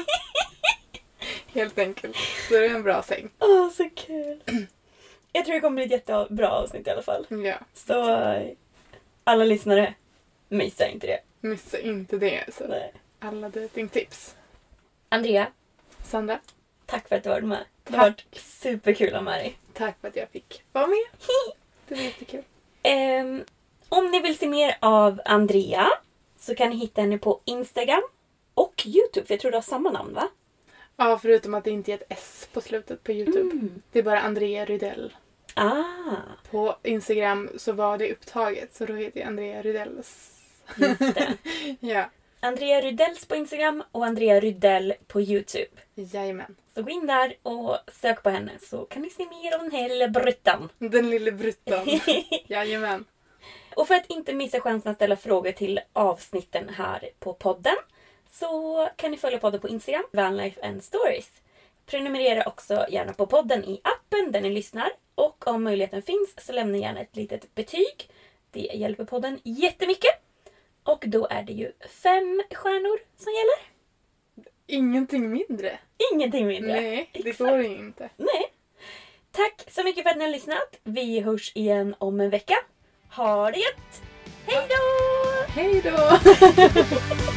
Helt enkelt. Så är det en bra säng. Åh, oh, så kul. Jag tror det kommer bli ett jättebra avsnitt i alla fall. Ja. Så alla lyssnare, missa inte det. Missa inte det. Så. Nej. Alla datingtips. Andrea, Sandra, tack för att du var med. Det Tack. har varit superkul att med dig. tack för att jag fick vara med. Det var jättekul. Um, om ni vill se mer av Andrea så kan ni hitta henne på Instagram och YouTube. För jag tror du har samma namn, va? Ja, förutom att det inte är ett S på slutet på YouTube. Mm. Det är bara Andrea Rydell. Ah, På Instagram så var det upptaget, så då heter jag Andrea Rydells. just det. Ja, Andrea Rydells på Instagram och Andrea Rydell på YouTube. jajamän. Så gå in där och sök på henne så kan ni se mer om den här lilla bruttan. Den lille bruttan. Jajamän. Och för att inte missa chansen att ställa frågor till avsnitten här på podden så kan ni följa podden på Instagram, Vanlife and Stories. Prenumerera också gärna på podden i appen där ni lyssnar. Och om möjligheten finns så lämna gärna ett litet betyg. Det hjälper podden jättemycket. Och då är det ju fem stjärnor som gäller. Ingenting mindre. Ingenting mindre. Nej, det Exakt. går ju inte. Nej. Tack så mycket för att ni har lyssnat. Vi hörs igen om en vecka. Ha det gött! Hej då! Hej då!